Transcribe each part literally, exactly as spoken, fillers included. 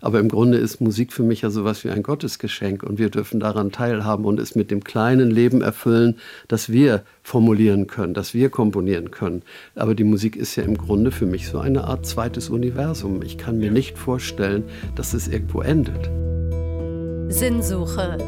Aber im Grunde ist Musik für mich ja sowas wie ein Gottesgeschenk und wir dürfen daran teilhaben und es mit dem kleinen Leben erfüllen, das wir formulieren können, das wir komponieren können. Aber die Musik ist ja im Grunde für mich so eine Art zweites Universum. Ich kann mir nicht vorstellen, dass es irgendwo endet. Sinnsuche.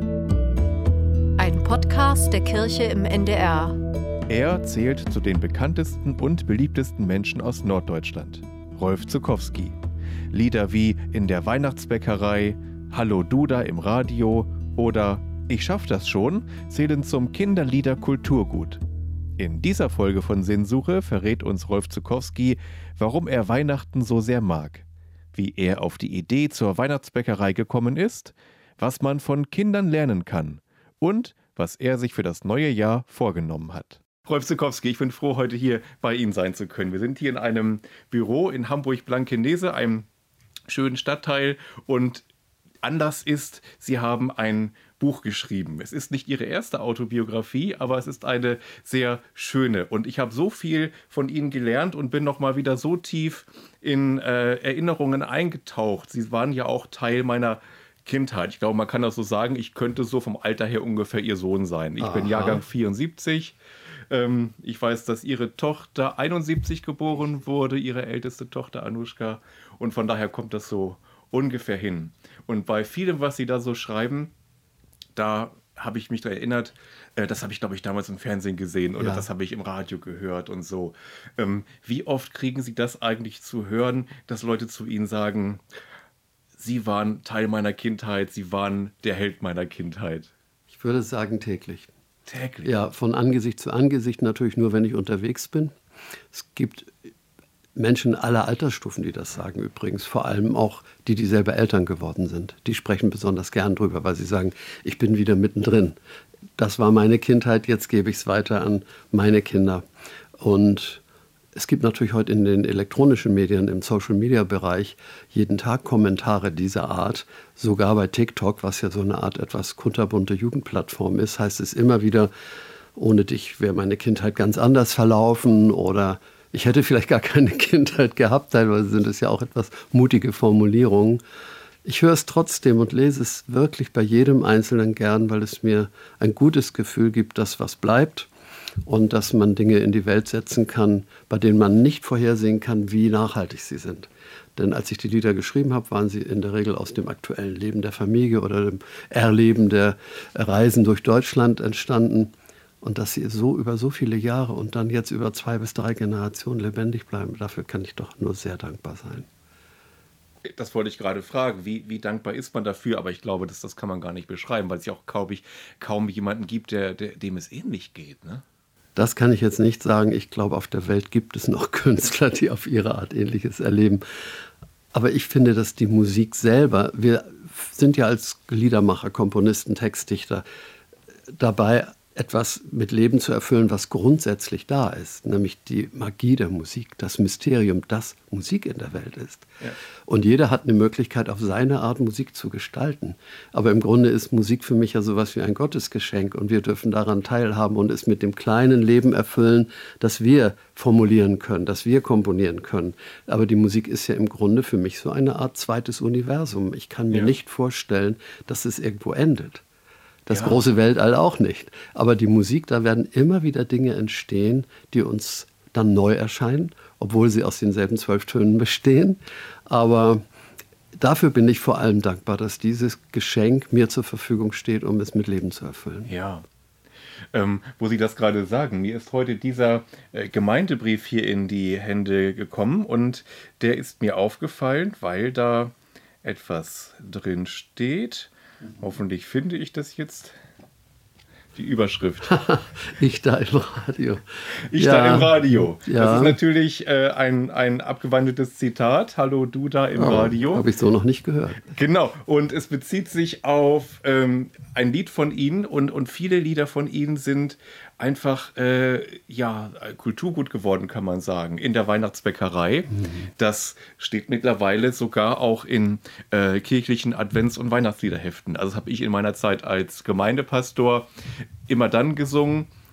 Ein Podcast der Kirche im N D R. Er zählt zu den bekanntesten und beliebtesten Menschen aus Norddeutschland. Rolf Zuckowski. Lieder wie In der Weihnachtsbäckerei, Hallo Duda im Radio oder Ich schaff das schon zählen zum Kinderlieder-Kulturgut. In dieser Folge von Sinnsuche verrät uns Rolf Zuckowski, warum er Weihnachten so sehr mag, wie er auf die Idee zur Weihnachtsbäckerei gekommen ist, was man von Kindern lernen kann und was er sich für das neue Jahr vorgenommen hat. Rolf Zuckowski, ich bin froh, heute hier bei Ihnen sein zu können. Wir sind hier in einem Büro in Hamburg-Blankenese, einem schönen Stadtteil. Und Anlass ist, Sie haben ein Buch geschrieben. Es ist nicht Ihre erste Autobiografie, aber es ist eine sehr schöne. Und ich habe so viel von Ihnen gelernt und bin noch mal wieder so tief in äh, Erinnerungen eingetaucht. Sie waren ja auch Teil meiner Kindheit. Ich glaube, man kann das so sagen, ich könnte so vom Alter her ungefähr Ihr Sohn sein. Ich Aha. bin Jahrgang vierundsiebzig. Ähm, ich weiß, dass Ihre Tochter einundsiebzig geboren wurde, Ihre älteste Tochter Anushka. Und von daher kommt das so ungefähr hin. Und bei vielem, was Sie da so schreiben, da habe ich mich daran erinnert, äh, das habe ich, glaube ich, damals im Fernsehen gesehen oder ja. das habe ich im Radio gehört und so. Ähm, wie oft kriegen Sie das eigentlich zu hören, dass Leute zu Ihnen sagen, Sie waren Teil meiner Kindheit, Sie waren der Held meiner Kindheit? Ich würde sagen täglich. Täglich? Ja, von Angesicht zu Angesicht natürlich nur, wenn ich unterwegs bin. Es gibt Menschen aller Altersstufen, die das sagen übrigens. Vor allem auch die, die selber Eltern geworden sind. Die sprechen besonders gern drüber, weil sie sagen, ich bin wieder mittendrin. Das war meine Kindheit, jetzt gebe ich es weiter an meine Kinder. Und es gibt natürlich heute in den elektronischen Medien, im Social-Media-Bereich, jeden Tag Kommentare dieser Art. Sogar bei TikTok, was ja so eine Art etwas kunterbunte Jugendplattform ist, heißt es immer wieder, ohne dich wäre meine Kindheit ganz anders verlaufen oder ich hätte vielleicht gar keine Kindheit gehabt. Teilweise sind es ja auch etwas mutige Formulierungen. Ich höre es trotzdem und lese es wirklich bei jedem Einzelnen gern, weil es mir ein gutes Gefühl gibt, dass was bleibt. Und dass man Dinge in die Welt setzen kann, bei denen man nicht vorhersehen kann, wie nachhaltig sie sind. Denn als ich die Lieder geschrieben habe, waren sie in der Regel aus dem aktuellen Leben der Familie oder dem Erleben der Reisen durch Deutschland entstanden. Und dass sie so über so viele Jahre und dann jetzt über zwei bis drei Generationen lebendig bleiben, dafür kann ich doch nur sehr dankbar sein. Das wollte ich gerade fragen. Wie, wie dankbar ist man dafür? Aber ich glaube, dass das kann man gar nicht beschreiben, weil es ja auch kaum, kaum jemanden gibt, der, der, dem es ähnlich geht, ne? Das kann ich jetzt nicht sagen. Ich glaube, auf der Welt gibt es noch Künstler, die auf ihre Art Ähnliches erleben. Aber ich finde, dass die Musik selber, wir sind ja als Liedermacher, Komponisten, Textdichter dabei, etwas mit Leben zu erfüllen, was grundsätzlich da ist, nämlich die Magie der Musik, das Mysterium, das Musik in der Welt ist. Ja. Und jeder hat eine Möglichkeit, auf seine Art Musik zu gestalten. Aber im Grunde ist Musik für mich ja sowas wie ein Gottesgeschenk und wir dürfen daran teilhaben und es mit dem kleinen Leben erfüllen, das wir formulieren können, das wir komponieren können. Aber die Musik ist ja im Grunde für mich so eine Art zweites Universum. Ich kann mir ja. nicht vorstellen, dass es irgendwo endet. Das ja. große Weltall auch nicht. Aber die Musik, da werden immer wieder Dinge entstehen, die uns dann neu erscheinen, obwohl sie aus denselben zwölf Tönen bestehen. Aber dafür bin ich vor allem dankbar, dass dieses Geschenk mir zur Verfügung steht, um es mit Leben zu erfüllen. Ja. Ähm, wo Sie das gerade sagen, mir ist heute dieser äh, Gemeindebrief hier in die Hände gekommen und der ist mir aufgefallen, weil da etwas drin steht. Hoffentlich finde ich das jetzt. Die Überschrift. Ich da im Radio. Ich ja. da im Radio. Ja. Das ist natürlich äh, ein, ein abgewandeltes Zitat. Hallo, du da im oh, Radio. Habe ich so noch nicht gehört. Genau. Und es bezieht sich auf ähm, ein Lied von Ihnen und, und viele Lieder von Ihnen sind einfach äh, ja, Kulturgut geworden, kann man sagen, in der Weihnachtsbäckerei. Mhm. Das steht mittlerweile sogar auch in äh, kirchlichen Advents- und Weihnachtsliederheften. Also das habe ich in meiner Zeit als Gemeindepastor immer dann gesungen,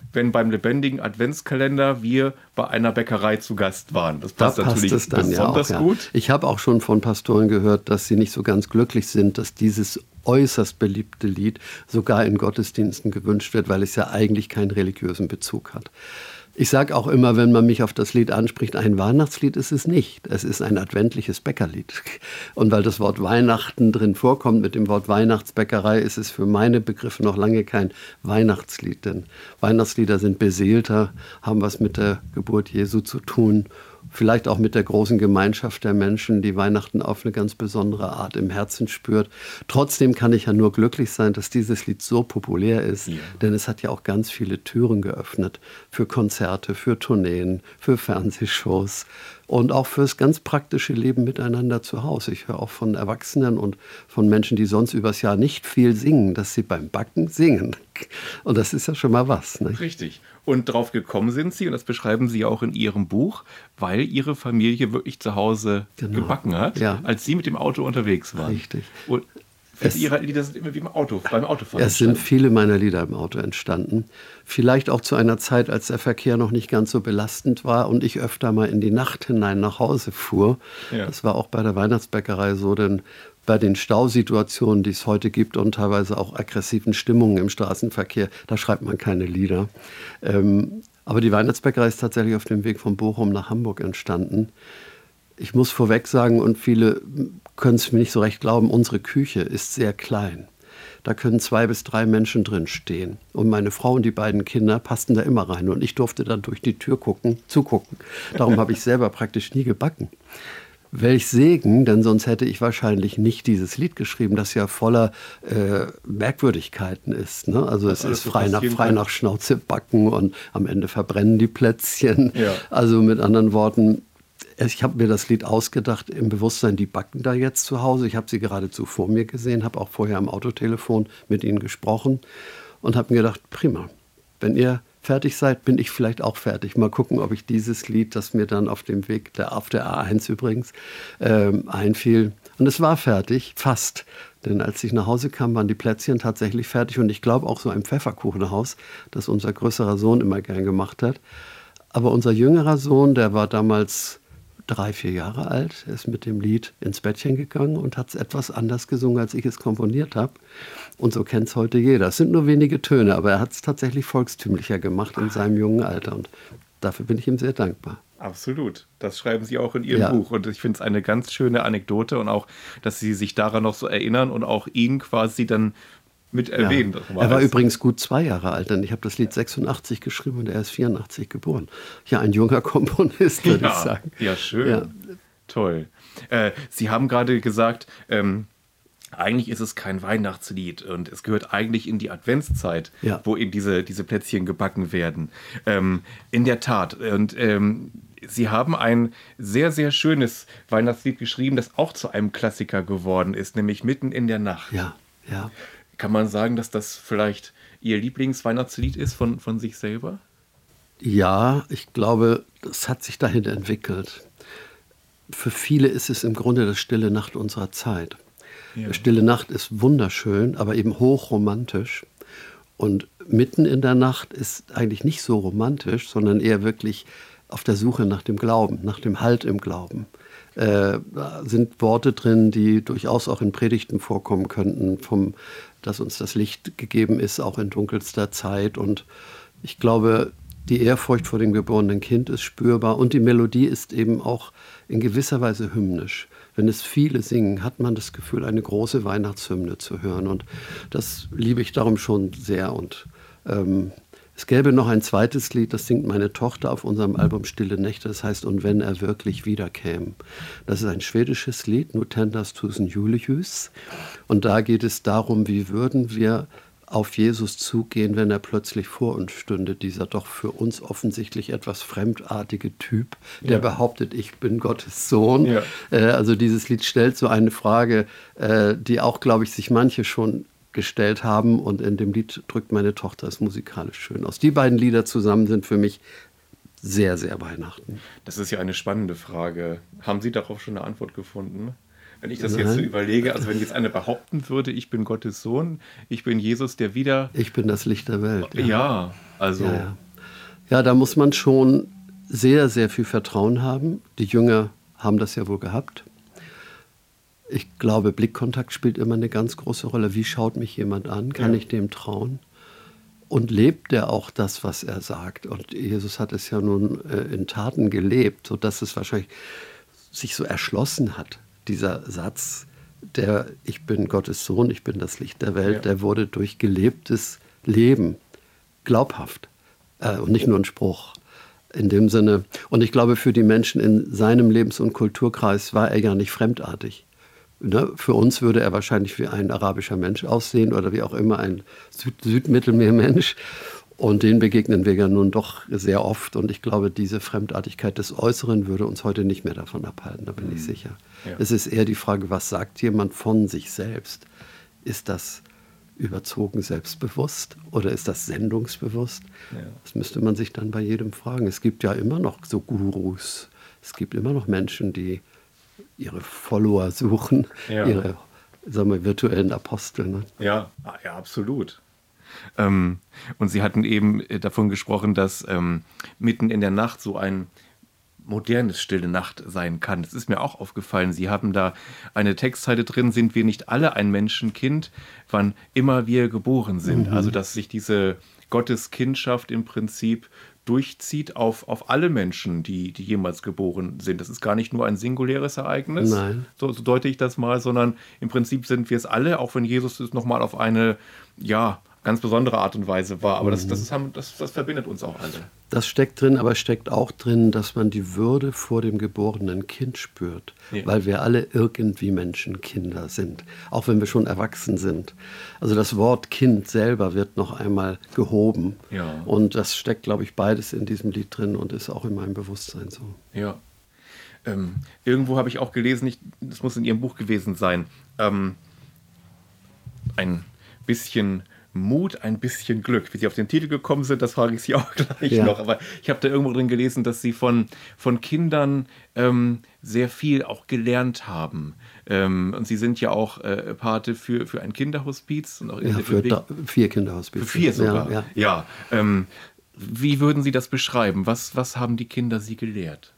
wenn beim lebendigen Adventskalender wir bei einer Bäckerei zu Gast waren. Das passt, da passt natürlich es dann besonders ja auch, ja. gut. Ich habe auch schon von Pastoren gehört, dass sie nicht so ganz glücklich sind, dass dieses äußerst beliebte Lied sogar in Gottesdiensten gewünscht wird, weil es ja eigentlich keinen religiösen Bezug hat. Ich sage auch immer, wenn man mich auf das Lied anspricht, ein Weihnachtslied ist es nicht. Es ist ein adventliches Bäckerlied. Und weil das Wort Weihnachten drin vorkommt, mit dem Wort Weihnachtsbäckerei, ist es für meine Begriffe noch lange kein Weihnachtslied. Denn Weihnachtslieder sind beseelter, haben was mit der Geburt Jesu zu tun. Vielleicht auch mit der großen Gemeinschaft der Menschen, die Weihnachten auf eine ganz besondere Art im Herzen spürt. Trotzdem kann ich ja nur glücklich sein, dass dieses Lied so populär ist, ja. Denn es hat ja auch ganz viele Türen geöffnet für Konzerte, für Tourneen, für Fernsehshows und auch fürs ganz praktische Leben miteinander zu Hause. Ich höre auch von Erwachsenen und von Menschen, die sonst übers Jahr nicht viel singen, dass sie beim Backen singen. Und das ist ja schon mal was. Ne? Richtig. Und drauf gekommen sind sie, und das beschreiben sie auch in ihrem Buch, weil ihre Familie wirklich zu Hause genau. gebacken hat, ja. als sie mit dem Auto unterwegs waren. Richtig. Und viele ihrer Lieder sind immer wie im Auto, beim Autofahren. Es sind viele meiner Lieder im Auto entstanden. Vielleicht auch zu einer Zeit, als der Verkehr noch nicht ganz so belastend war und ich öfter mal in die Nacht hinein nach Hause fuhr. Ja. Das war auch bei der Weihnachtsbäckerei so, denn bei den Stausituationen, die es heute gibt und teilweise auch aggressiven Stimmungen im Straßenverkehr, da schreibt man keine Lieder. Ähm, aber die Weihnachtsbäckerei ist tatsächlich auf dem Weg von Bochum nach Hamburg entstanden. Ich muss vorweg sagen, und viele können es mir nicht so recht glauben, unsere Küche ist sehr klein. Da können zwei bis drei Menschen drin stehen. Und meine Frau und die beiden Kinder passten da immer rein. Und ich durfte dann durch die Tür gucken, zugucken. Darum habe ich selber praktisch nie gebacken. Welch Segen, denn sonst hätte ich wahrscheinlich nicht dieses Lied geschrieben, das ja voller äh, Merkwürdigkeiten ist. Ne? Also es ist frei nach, frei nach Schnauze backen und am Ende verbrennen die Plätzchen. Ja. Also mit anderen Worten, ich habe mir das Lied ausgedacht im Bewusstsein, die backen da jetzt zu Hause. Ich habe sie geradezu vor mir gesehen, habe auch vorher am Autotelefon mit ihnen gesprochen und habe mir gedacht, prima, wenn ihr fertig seid, bin ich vielleicht auch fertig. Mal gucken, ob ich dieses Lied, das mir dann auf dem Weg, der, auf der A eins übrigens, ähm, einfiel. Und es war fertig, fast. Denn als ich nach Hause kam, waren die Plätzchen tatsächlich fertig. Und ich glaube auch so ein Pfefferkuchenhaus, das unser größerer Sohn immer gern gemacht hat. Aber unser jüngerer Sohn, der war damals drei, vier Jahre alt, er ist mit dem Lied ins Bettchen gegangen und hat es etwas anders gesungen, als ich es komponiert habe. Und so kennt es heute jeder. Es sind nur wenige Töne, aber er hat es tatsächlich volkstümlicher gemacht in seinem jungen Alter. Und dafür bin ich ihm sehr dankbar. Absolut. Das schreiben Sie auch in Ihrem ja. Buch. Und ich finde es eine ganz schöne Anekdote und auch, dass Sie sich daran noch so erinnern und auch ihn quasi dann mit erwähnen. Ja. Er war übrigens gut zwei Jahre alt, denn ich habe das Lied sechsundachtzig geschrieben und er ist vierundachtzig geboren. Ja, ein junger Komponist, würde ja. ich sagen. Ja, schön. Ja. Toll. Äh, Sie haben gerade gesagt, ähm, eigentlich ist es kein Weihnachtslied und es gehört eigentlich in die Adventszeit, ja. wo eben diese, diese Plätzchen gebacken werden. Ähm, in der Tat. Und ähm, Sie haben ein sehr, sehr schönes Weihnachtslied geschrieben, das auch zu einem Klassiker geworden ist, nämlich Mitten in der Nacht. Ja, ja. Kann man sagen, dass das vielleicht Ihr Lieblingsweihnachtslied ist von, von sich selber? Ja, ich glaube, das hat sich dahin entwickelt. Für viele ist es im Grunde das Stille Nacht unserer Zeit. Ja. Stille Nacht ist wunderschön, aber eben hochromantisch. Und Mitten in der Nacht ist eigentlich nicht so romantisch, sondern eher wirklich auf der Suche nach dem Glauben, nach dem Halt im Glauben. Äh, da sind Worte drin, die durchaus auch in Predigten vorkommen könnten, vom, dass uns das Licht gegeben ist, auch in dunkelster Zeit. Und ich glaube, die Ehrfurcht vor dem geborenen Kind ist spürbar und die Melodie ist eben auch in gewisser Weise hymnisch. Wenn es viele singen, hat man das Gefühl, eine große Weihnachtshymne zu hören. Und das liebe ich darum schon sehr. Und ähm, es gäbe noch ein zweites Lied, das singt meine Tochter auf unserem Album Stille Nächte. Das heißt, und wenn er wirklich wiederkäme. Das ist ein schwedisches Lied, Nu tändas tusen juleljus. Und da geht es darum, wie würden wir auf Jesus zugehen, wenn er plötzlich vor uns stünde, dieser doch für uns offensichtlich etwas fremdartige Typ, der ja. behauptet, ich bin Gottes Sohn. Ja. Äh, also dieses Lied stellt so eine Frage, äh, die auch, glaube ich, sich manche schon gestellt haben. Und in dem Lied drückt meine Tochter es musikalisch schön aus. Die beiden Lieder zusammen sind für mich sehr, sehr Weihnachten. Das ist ja eine spannende Frage. Haben Sie darauf schon eine Antwort gefunden? Wenn ich das Nein. jetzt so überlege, also wenn jetzt einer behaupten würde, ich bin Gottes Sohn, ich bin Jesus, der wieder... Ich bin das Licht der Welt. Ja, ja also... Ja, ja. Ja, da muss man schon sehr, sehr viel Vertrauen haben. Die Jünger haben das ja wohl gehabt. Ich glaube, Blickkontakt spielt immer eine ganz große Rolle. Wie schaut mich jemand an? Kann ja. ich dem trauen? Und lebt er auch das, was er sagt? Und Jesus hat es ja nun äh, in Taten gelebt, sodass es wahrscheinlich sich so erschlossen hat, dieser Satz, der ich bin Gottes Sohn, ich bin das Licht der Welt, ja. der wurde durch gelebtes Leben glaubhaft äh, und nicht nur ein Spruch. In dem Sinne, und ich glaube, für die Menschen in seinem Lebens- und Kulturkreis war er ja nicht fremdartig. Ne? Für uns würde er wahrscheinlich wie ein arabischer Mensch aussehen oder wie auch immer ein Süd- Südmittelmeermensch. Und den begegnen wir ja nun doch sehr oft. Und ich glaube, diese Fremdartigkeit des Äußeren würde uns heute nicht mehr davon abhalten, da bin mhm. ich sicher. Ja. Es ist eher die Frage, was sagt jemand von sich selbst? Ist das überzogen selbstbewusst oder ist das sendungsbewusst? Ja. Das müsste man sich dann bei jedem fragen. Es gibt ja immer noch so Gurus. Es gibt immer noch Menschen, die ihre Follower suchen, ja. ihre, sagen wir, virtuellen Apostel. Ne? Ja, ja, absolut. Ähm, und Sie hatten eben davon gesprochen, dass ähm, mitten in der Nacht so ein modernes Stille Nacht sein kann. Das ist mir auch aufgefallen. Sie haben da eine Textzeile drin, sind wir nicht alle ein Menschenkind, wann immer wir geboren sind. Mhm. Also dass sich diese Gotteskindschaft im Prinzip durchzieht auf, auf alle Menschen, die, die jemals geboren sind. Das ist gar nicht nur ein singuläres Ereignis, Nein. So, so deute ich das mal, sondern im Prinzip sind wir es alle, auch wenn Jesus es nochmal auf eine, ja, ganz besondere Art und Weise war. Aber das, das, ist, das, das verbindet uns auch alle. Das steckt drin, aber steckt auch drin, dass man die Würde vor dem geborenen Kind spürt. Ja. Weil wir alle irgendwie Menschenkinder sind. Auch wenn wir schon erwachsen sind. Also das Wort Kind selber wird noch einmal gehoben. Ja. Und das steckt, glaube ich, beides in diesem Lied drin und ist auch in meinem Bewusstsein so. Ja. Ähm, irgendwo habe ich auch gelesen, ich, das muss in Ihrem Buch gewesen sein, ähm, ein bisschen Mut, ein bisschen Glück. Wie Sie auf den Titel gekommen sind, das frage ich Sie auch gleich ja. noch. Aber ich habe da irgendwo drin gelesen, dass Sie von, von Kindern ähm, sehr viel auch gelernt haben. Ähm, und Sie sind ja auch äh, Pate für, für ein Kinderhospiz. Und auch ja, für da, vier Kinderhospiz. Für vier sogar. Ja, ja. ja ähm, wie würden Sie das beschreiben? Was, was haben die Kinder Sie gelehrt?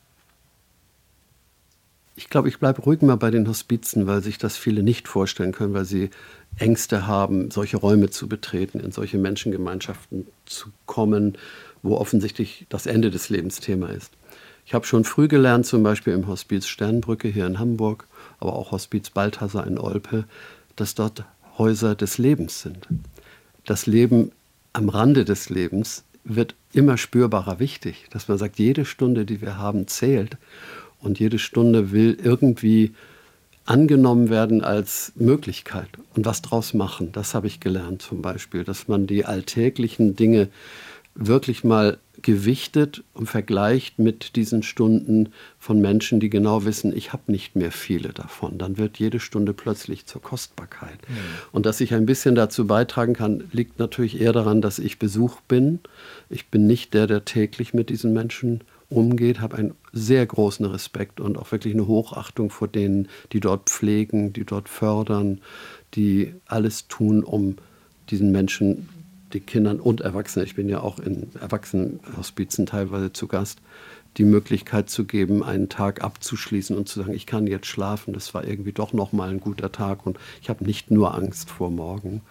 Ich glaube, ich bleibe ruhig mal bei den Hospizen, weil sich das viele nicht vorstellen können, weil sie Ängste haben, solche Räume zu betreten, in solche Menschengemeinschaften zu kommen, wo offensichtlich das Ende des Lebens Thema ist. Ich habe schon früh gelernt, zum Beispiel im Hospiz Sternbrücke hier in Hamburg, aber auch Hospiz Balthasar in Olpe, dass dort Häuser des Lebens sind. Das Leben am Rande des Lebens wird immer spürbarer wichtig, dass man sagt, jede Stunde, die wir haben, zählt. Und jede Stunde will irgendwie angenommen werden als Möglichkeit. Und was draus machen, das habe ich gelernt zum Beispiel. Dass man die alltäglichen Dinge wirklich mal gewichtet und vergleicht mit diesen Stunden von Menschen, die genau wissen, ich habe nicht mehr viele davon. Dann wird jede Stunde plötzlich zur Kostbarkeit. Mhm. Und dass ich ein bisschen dazu beitragen kann, liegt natürlich eher daran, dass ich Besuch bin. Ich bin nicht der, der täglich mit diesen Menschen umgeht, habe einen sehr großen Respekt und auch wirklich eine Hochachtung vor denen, die dort pflegen, die dort fördern, die alles tun, um diesen Menschen, die Kindern und Erwachsenen, ich bin ja auch in Erwachsenenhospizen teilweise zu Gast, die Möglichkeit zu geben, einen Tag abzuschließen und zu sagen, ich kann jetzt schlafen, das war irgendwie doch noch mal ein guter Tag und ich habe nicht nur Angst vor morgen.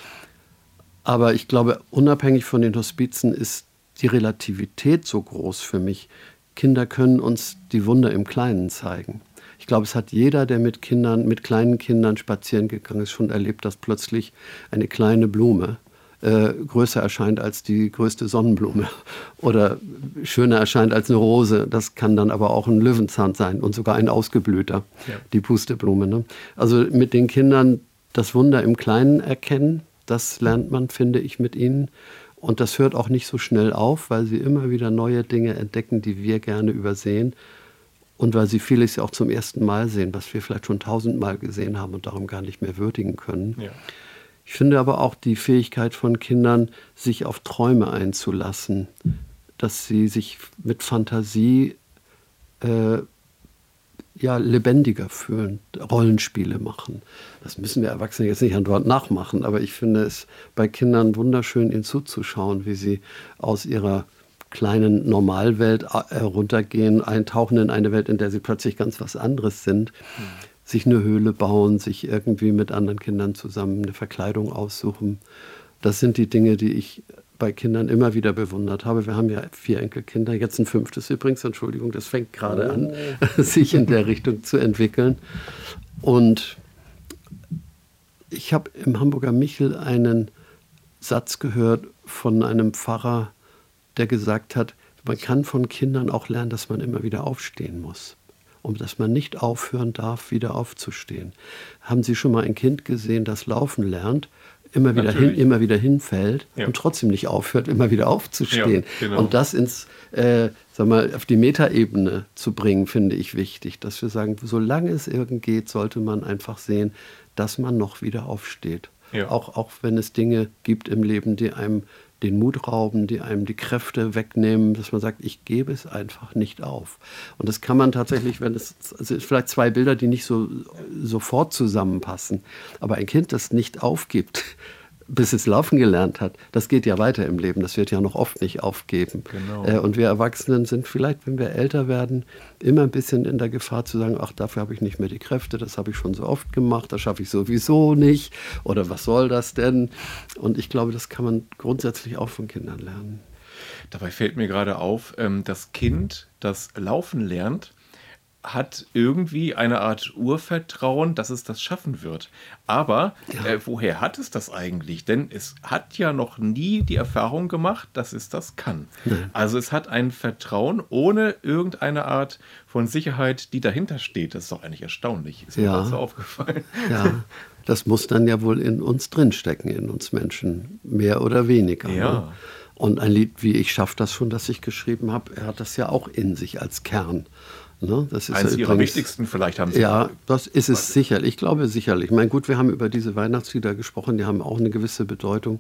Aber ich glaube, unabhängig von den Hospizen ist die Relativität so groß für mich. Kinder können uns die Wunder im Kleinen zeigen. Ich glaube, es hat jeder, der mit Kindern, mit kleinen Kindern spazieren gegangen ist, schon erlebt, dass plötzlich eine kleine Blume äh, größer erscheint als die größte Sonnenblume oder schöner erscheint als eine Rose. Das kann dann aber auch ein Löwenzahn sein und sogar ein Ausgeblühter, ja. die Pusteblume. Ne? Also mit den Kindern das Wunder im Kleinen erkennen, das lernt man, finde ich, mit ihnen. Und das hört auch nicht so schnell auf, weil sie immer wieder neue Dinge entdecken, die wir gerne übersehen. Und weil sie vieles ja auch zum ersten Mal sehen, was wir vielleicht schon tausendmal gesehen haben und darum gar nicht mehr würdigen können. Ja. Ich finde aber auch die Fähigkeit von Kindern, sich auf Träume einzulassen, dass sie sich mit Fantasie äh, ja, lebendiger fühlen, Rollenspiele machen. Das müssen wir Erwachsene jetzt nicht andauernd nachmachen, aber ich finde es bei Kindern wunderschön, ihnen zuzuschauen, wie sie aus ihrer kleinen Normalwelt äh, runtergehen, eintauchen in eine Welt, in der sie plötzlich ganz was anderes sind. Mhm. Sich eine Höhle bauen, sich irgendwie mit anderen Kindern zusammen eine Verkleidung aussuchen. Das sind die Dinge, die ich bei Kindern immer wieder bewundert habe. Wir haben ja vier Enkelkinder, jetzt ein fünftes übrigens, Entschuldigung, das fängt gerade an, sich in der Richtung zu entwickeln. Und ich habe im Hamburger Michel einen Satz gehört von einem Pfarrer, der gesagt hat, man kann von Kindern auch lernen, dass man immer wieder aufstehen muss. Und dass man nicht aufhören darf, wieder aufzustehen. Haben Sie schon mal ein Kind gesehen, das laufen lernt, immer wieder, hin, immer wieder hinfällt ja. und trotzdem nicht aufhört, immer wieder aufzustehen? Ja, genau. Und das ins, äh, sag mal, auf die Metaebene zu bringen, finde ich wichtig. Dass wir sagen, solange es irgend geht, sollte man einfach sehen, dass man noch wieder aufsteht. Ja. Auch, auch wenn es Dinge gibt im Leben, die einem den Mut rauben, die einem die Kräfte wegnehmen, dass man sagt, ich gebe es einfach nicht auf. Und das kann man tatsächlich, wenn es, also vielleicht zwei Bilder, die nicht so sofort zusammenpassen, aber ein Kind, das nicht aufgibt, bis es laufen gelernt hat, das geht ja weiter im Leben, das wird ja noch oft nicht aufgeben. Genau. Und wir Erwachsenen sind vielleicht, wenn wir älter werden, immer ein bisschen in der Gefahr zu sagen, ach, dafür habe ich nicht mehr die Kräfte, das habe ich schon so oft gemacht, das schaffe ich sowieso nicht oder was soll das denn? Und ich glaube, das kann man grundsätzlich auch von Kindern lernen. Dabei fällt mir gerade auf, das Kind, das laufen lernt, hat irgendwie eine Art Urvertrauen, dass es das schaffen wird. Aber ja. äh, woher hat es das eigentlich? Denn es hat ja noch nie die Erfahrung gemacht, dass es das kann. Nein. Also es hat ein Vertrauen ohne irgendeine Art von Sicherheit, die dahinter steht. Das ist doch eigentlich erstaunlich. Ist mir ja. gerade so aufgefallen. Ja, das muss dann ja wohl in uns drinstecken, in uns Menschen, mehr oder weniger. Ja. Ne? Und ein Lied wie Ich schaff das schon, das ich geschrieben habe, er hat das ja auch in sich als Kern. Ne, das ist Eines ja Ihrer übrigens, wichtigsten vielleicht haben Sie. Ja, das ist es sicherlich. Ich glaube sicherlich. Ich meine, gut, wir haben über diese Weihnachtslieder gesprochen, die haben auch eine gewisse Bedeutung.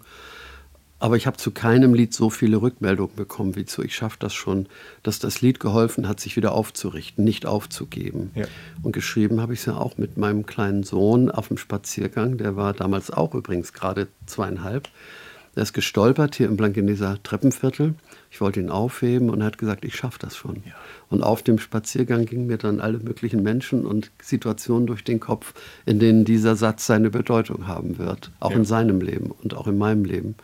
Aber ich habe zu keinem Lied so viele Rückmeldungen bekommen wie zu Ich schaff das schon, dass das Lied geholfen hat, sich wieder aufzurichten, nicht aufzugeben. Ja. Und geschrieben habe ich es ja auch mit meinem kleinen Sohn auf dem Spaziergang. Der war damals auch übrigens gerade zweieinhalb. Der ist gestolpert hier im Blankeneser Treppenviertel. Ich wollte ihn aufheben und er hat gesagt, ich schaffe das schon. Ja. Und auf dem Spaziergang gingen mir dann alle möglichen Menschen und Situationen durch den Kopf, in denen dieser Satz seine Bedeutung haben wird. Auch ja. in seinem Leben und auch in meinem Leben.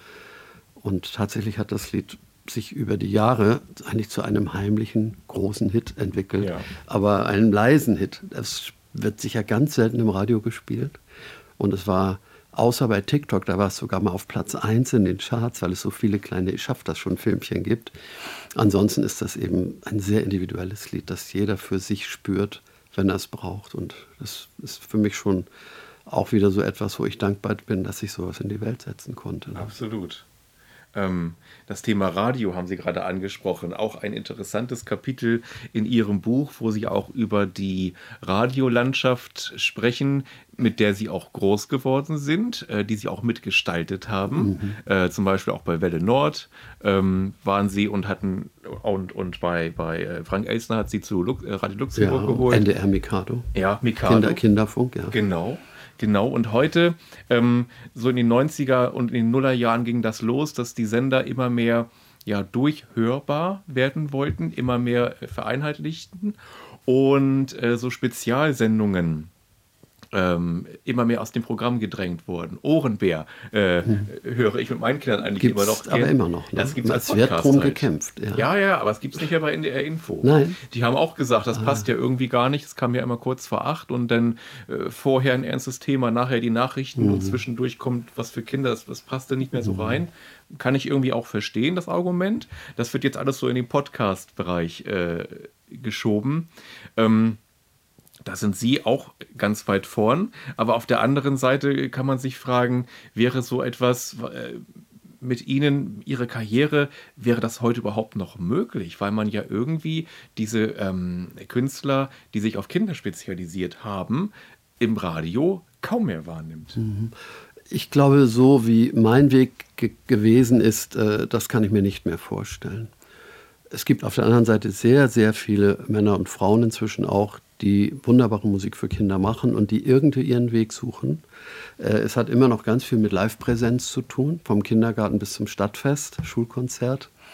Und tatsächlich hat das Lied sich über die Jahre eigentlich zu einem heimlichen, großen Hit entwickelt. Ja. Aber einem leisen Hit. Es wird sicher ganz selten im Radio gespielt. Und es war... Außer bei TikTok, da war es sogar mal auf Platz eins in den Charts, weil es so viele kleine Ich schaff das schon Filmchen gibt. Ansonsten ist das eben ein sehr individuelles Lied, das jeder für sich spürt, wenn er es braucht. Und das ist für mich schon auch wieder so etwas, wo ich dankbar bin, dass ich sowas in die Welt setzen konnte. Absolut. Ähm, das Thema Radio haben Sie gerade angesprochen. Auch ein interessantes Kapitel in Ihrem Buch, wo Sie auch über die Radiolandschaft sprechen, mit der Sie auch groß geworden sind, äh, die Sie auch mitgestaltet haben. Mhm. Äh, zum Beispiel auch bei Welle Nord ähm, waren Sie und hatten und, und bei, bei Frank Elstner hat Sie zu Lu- Radio Luxemburg ja, geholt. N D R Mikado. Ja, Mikado. Kinder, Kinderfunk, ja. Genau. Genau, und heute, ähm, so in den neunziger und in den Nullerjahren ging das los, dass die Sender immer mehr ja, durchhörbar werden wollten, immer mehr vereinheitlichten und äh, so Spezialsendungen ähm, immer mehr aus dem Programm gedrängt wurden. Ohrenbär äh, hm. höre ich mit meinen Kindern eigentlich gibt's immer noch. Aber immer noch. Ne? Das gibt's als es wird drum halt. gekämpft. Ja. ja, ja, aber es gibt es nicht mehr bei N D R Info. Nein. Die haben auch gesagt, das ah. passt ja irgendwie gar nicht. Es kam ja immer kurz vor acht und dann äh, vorher ein ernstes Thema, nachher die Nachrichten mhm. und zwischendurch kommt was für Kinder, das, das passt da nicht mehr so mhm. rein. Kann ich irgendwie auch verstehen, das Argument. Das wird jetzt alles so in den Podcast-Bereich äh, geschoben. Ähm, Da sind Sie auch ganz weit vorn. Aber auf der anderen Seite kann man sich fragen, wäre so etwas äh, mit Ihnen, Ihre Karriere, wäre das heute überhaupt noch möglich? Weil man ja irgendwie diese ähm, Künstler, die sich auf Kinder spezialisiert haben, im Radio kaum mehr wahrnimmt. Ich glaube, so wie mein Weg ge- gewesen ist, äh, das kann ich mir nicht mehr vorstellen. Es gibt auf der anderen Seite sehr, sehr viele Männer und Frauen inzwischen auch, die wunderbare Musik für Kinder machen und die irgendwie ihren Weg suchen. Es hat immer noch ganz viel mit Live-Präsenz zu tun, vom Kindergarten bis zum Stadtfest, Schulkonzert.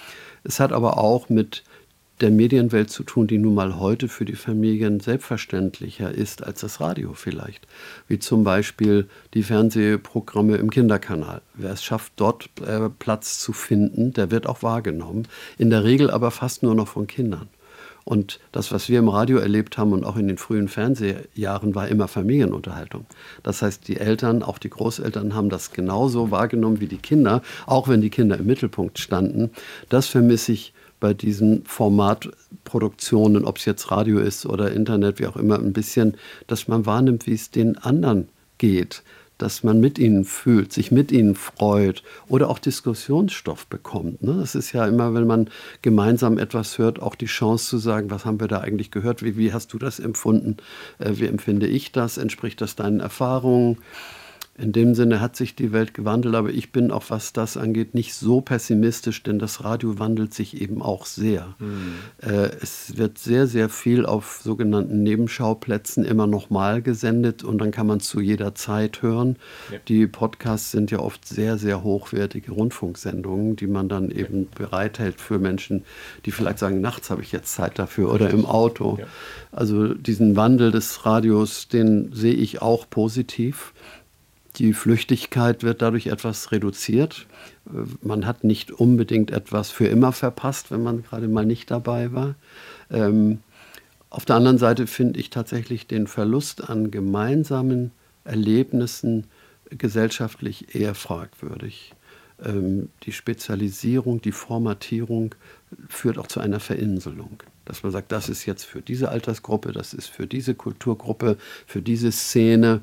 Es hat aber auch mit der Medienwelt zu tun, die nun mal heute für die Familien selbstverständlicher ist als das Radio vielleicht. Wie zum Beispiel die Fernsehprogramme im Kinderkanal. Wer es schafft, dort äh, Platz zu finden, der wird auch wahrgenommen. In der Regel aber fast nur noch von Kindern. Und das, was wir im Radio erlebt haben und auch in den frühen Fernsehjahren, war immer Familienunterhaltung. Das heißt, die Eltern, auch die Großeltern haben das genauso wahrgenommen wie die Kinder, auch wenn die Kinder im Mittelpunkt standen. Das vermisse ich bei diesen Formatproduktionen, ob es jetzt Radio ist oder Internet, wie auch immer, ein bisschen, dass man wahrnimmt, wie es den anderen geht, dass man mit ihnen fühlt, sich mit ihnen freut oder auch Diskussionsstoff bekommt. Ne? Das ist ja immer, wenn man gemeinsam etwas hört, auch die Chance zu sagen, was haben wir da eigentlich gehört, wie, wie hast du das empfunden, äh, wie empfinde ich das, entspricht das deinen Erfahrungen? In dem Sinne hat sich die Welt gewandelt, aber ich bin auch, was das angeht, nicht so pessimistisch, denn das Radio wandelt sich eben auch sehr. Mhm. Äh, es wird sehr, sehr viel auf sogenannten Nebenschauplätzen immer noch mal gesendet und dann kann man es zu jeder Zeit hören. Ja. Die Podcasts sind ja oft sehr, sehr hochwertige Rundfunksendungen, die man dann eben ja. bereithält für Menschen, die vielleicht sagen, nachts habe ich jetzt Zeit dafür oder im Auto. Ja. Also diesen Wandel des Radios, den sehe ich auch positiv. Die Flüchtigkeit wird dadurch etwas reduziert. Man hat nicht unbedingt etwas für immer verpasst, wenn man gerade mal nicht dabei war. Ähm, auf der anderen Seite finde ich tatsächlich den Verlust an gemeinsamen Erlebnissen gesellschaftlich eher fragwürdig. Ähm, die Spezialisierung, die Formatierung führt auch zu einer Verinselung. Dass man sagt, das ist jetzt für diese Altersgruppe, das ist für diese Kulturgruppe, für diese Szene.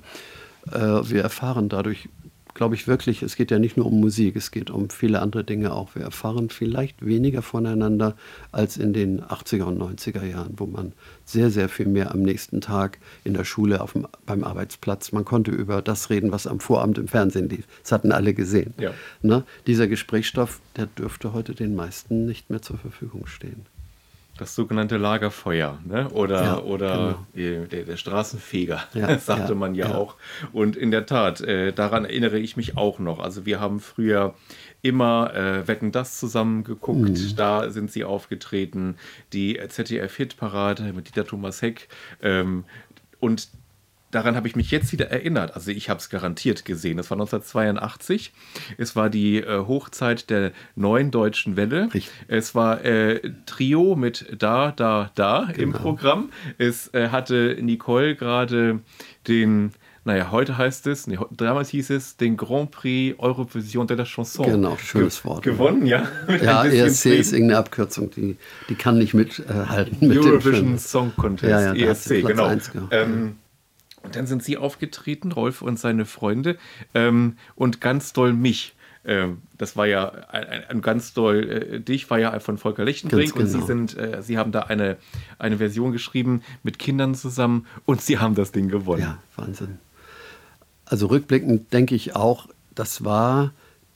Wir erfahren dadurch, glaube ich wirklich, es geht ja nicht nur um Musik, es geht um viele andere Dinge auch. Wir erfahren vielleicht weniger voneinander als in den achtziger und neunziger Jahren, wo man sehr, sehr viel mehr am nächsten Tag in der Schule, auf dem, beim Arbeitsplatz, man konnte über das reden, was am Vorabend im Fernsehen lief. Das hatten alle gesehen. Ja. Ne? Dieser Gesprächsstoff, der dürfte heute den meisten nicht mehr zur Verfügung stehen. Das sogenannte Lagerfeuer, ne? oder, ja, oder genau. der, der Straßenfeger, ja, sagte ja, man ja, ja auch. Und in der Tat, äh, daran erinnere ich mich auch noch. Also wir haben früher immer äh, Wetten, das zusammen geguckt. Mhm. Da sind sie aufgetreten. Die Z D F-Hitparade mit Dieter Thomas Heck. Ähm, und daran habe ich mich jetzt wieder erinnert. Also ich habe es garantiert gesehen. Das war neunzehnhundertzweiundachtzig. Es war die äh, Hochzeit der neuen deutschen Welle. Richtig. Es war äh, Trio mit Da, Da, Da genau. im Programm. Es äh, hatte Nicole gerade den, naja, heute heißt es, nee, damals hieß es, den Grand Prix Eurovision de la Chanson. Genau, schönes Wort. Gewonnen, ja. Ja, E S C ist irgendeine Abkürzung, die, die kann nicht mithalten. Äh, mit Eurovision Song Contest, ja, ja, E S C, genau. eins, genau. Ähm, Und dann sind sie aufgetreten, Rolf und seine Freunde, ähm, und ganz doll mich. Ähm, das war ja ein, ein ganz doll äh, dich, war ja von Volker Lichtenbrink. Genau. Und sie sind, äh, sie haben da eine, eine Version geschrieben mit Kindern zusammen und sie haben das Ding gewonnen. Ja, Wahnsinn. Also rückblickend denke ich auch, das war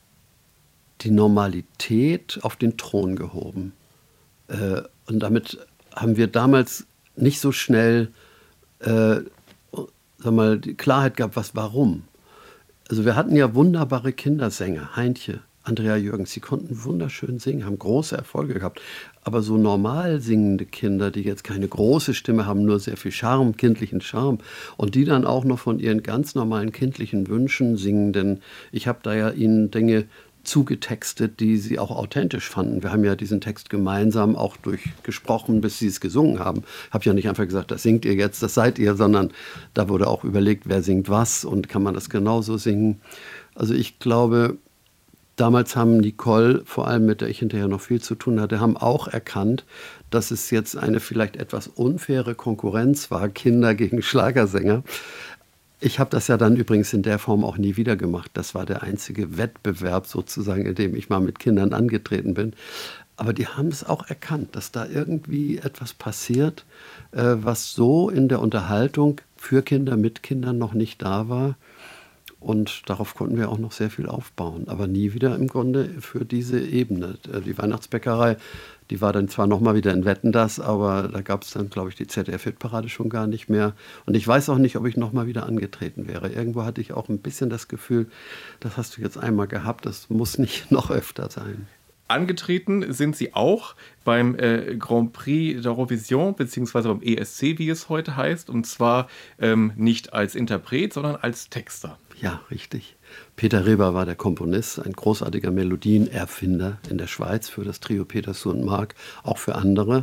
die Normalität auf den Thron gehoben. Äh, und damit haben wir damals nicht so schnell äh, sag mal, die Klarheit gab, was, warum. Also wir hatten ja wunderbare Kindersänger, Heintje, Andrea Jürgens, die konnten wunderschön singen, haben große Erfolge gehabt. Aber so normal singende Kinder, die jetzt keine große Stimme haben, nur sehr viel Charme, kindlichen Charme, und die dann auch noch von ihren ganz normalen kindlichen Wünschen singen, denn ich habe da ja ihnen Dinge zugetextet, die sie auch authentisch fanden. Wir haben ja diesen Text gemeinsam auch durchgesprochen, bis sie es gesungen haben. Ich habe ja nicht einfach gesagt, das singt ihr jetzt, das seid ihr, sondern da wurde auch überlegt, wer singt was und kann man das genauso singen. Also ich glaube, damals haben Nicole, vor allem mit der ich hinterher noch viel zu tun hatte, haben auch erkannt, dass es jetzt eine vielleicht etwas unfaire Konkurrenz war, Kinder gegen Schlagersänger. Ich habe das ja dann übrigens in der Form auch nie wieder gemacht. Das war der einzige Wettbewerb sozusagen, in dem ich mal mit Kindern angetreten bin. Aber die haben es auch erkannt, dass da irgendwie etwas passiert, äh, was so in der Unterhaltung für Kinder mit Kindern noch nicht da war. Und darauf konnten wir auch noch sehr viel aufbauen. Aber nie wieder im Grunde für diese Ebene. Die Weihnachtsbäckerei, die war dann zwar noch mal wieder in Wetten, das, aber da gab es dann, glaube ich, die Z D F-Hitparade schon gar nicht mehr. Und ich weiß auch nicht, ob ich noch mal wieder angetreten wäre. Irgendwo hatte ich auch ein bisschen das Gefühl, das hast du jetzt einmal gehabt, das muss nicht noch öfter sein. Angetreten sind Sie auch beim äh, Grand Prix d'Eurovision, beziehungsweise beim E S C, wie es heute heißt, und zwar ähm, nicht als Interpret, sondern als Texter. Ja, richtig. Peter Reber war der Komponist, ein großartiger Melodienerfinder in der Schweiz für das Trio Peterson und Mark, auch für andere.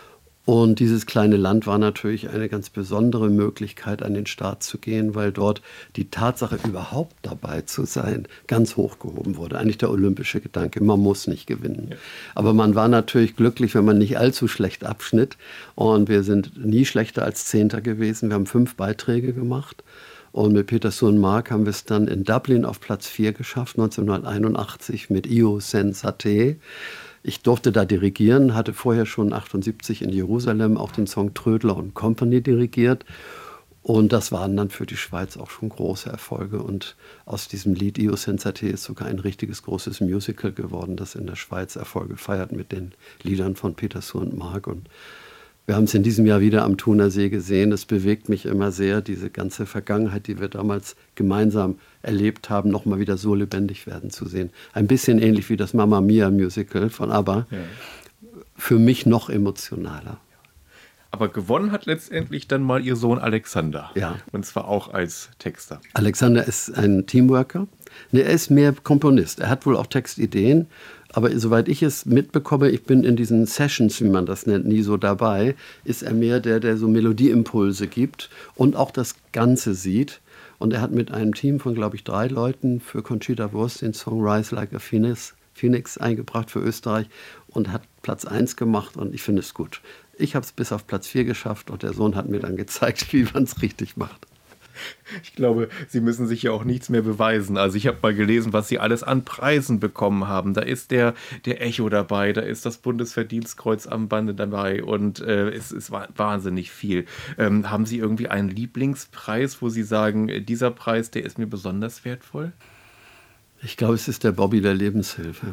Und dieses kleine Land war natürlich eine ganz besondere Möglichkeit, an den Start zu gehen, weil dort die Tatsache, überhaupt dabei zu sein, ganz hochgehoben wurde. Eigentlich der olympische Gedanke, man muss nicht gewinnen. Ja. Aber man war natürlich glücklich, wenn man nicht allzu schlecht abschnitt. Und wir sind nie schlechter als Zehnter gewesen. Wir haben fünf Beiträge gemacht. Und mit Peterson und Mark haben wir es dann in Dublin auf Platz vier geschafft, neunzehnhunderteinundachtzig mit Io Senza Te. Ich durfte da dirigieren, hatte vorher schon achtundsiebzig in Jerusalem auch den Song Trödler und Company dirigiert. Und das waren dann für die Schweiz auch schon große Erfolge. Und aus diesem Lied Io Senza Te ist sogar ein richtiges großes Musical geworden, das in der Schweiz Erfolge feiert mit den Liedern von Peterson und Mark. Und wir haben es in diesem Jahr wieder am Thunersee gesehen. Es bewegt mich immer sehr, diese ganze Vergangenheit, die wir damals gemeinsam erlebt haben, noch mal wieder so lebendig werden zu sehen. Ein bisschen ähnlich wie das Mamma Mia Musical von ABBA. Ja. Für mich noch emotionaler. Aber gewonnen hat letztendlich dann mal Ihr Sohn Alexander. Ja. Und zwar auch als Texter. Alexander ist ein Teamworker. Nee, er ist mehr Komponist. Er hat wohl auch Textideen. Aber soweit ich es mitbekomme, ich bin in diesen Sessions, wie man das nennt, nie so dabei, ist er mehr der, der so Melodieimpulse gibt und auch das Ganze sieht. Und er hat mit einem Team von, glaube ich, drei Leuten für Conchita Wurst den Song Rise Like a Phoenix, Phoenix eingebracht für Österreich und hat Platz eins gemacht und ich finde es gut. Ich habe es bis auf Platz vier geschafft und der Sohn hat mir dann gezeigt, wie man es richtig macht. Ich glaube, Sie müssen sich ja auch nichts mehr beweisen. Also ich habe mal gelesen, was Sie alles an Preisen bekommen haben. Da ist der, der Echo dabei, da ist das Bundesverdienstkreuz am Bande dabei und äh, es ist wahnsinnig viel. Ähm, haben Sie irgendwie einen Lieblingspreis, wo Sie sagen, dieser Preis, der ist mir besonders wertvoll? Ich glaube, es ist der Bobby der Lebenshilfe.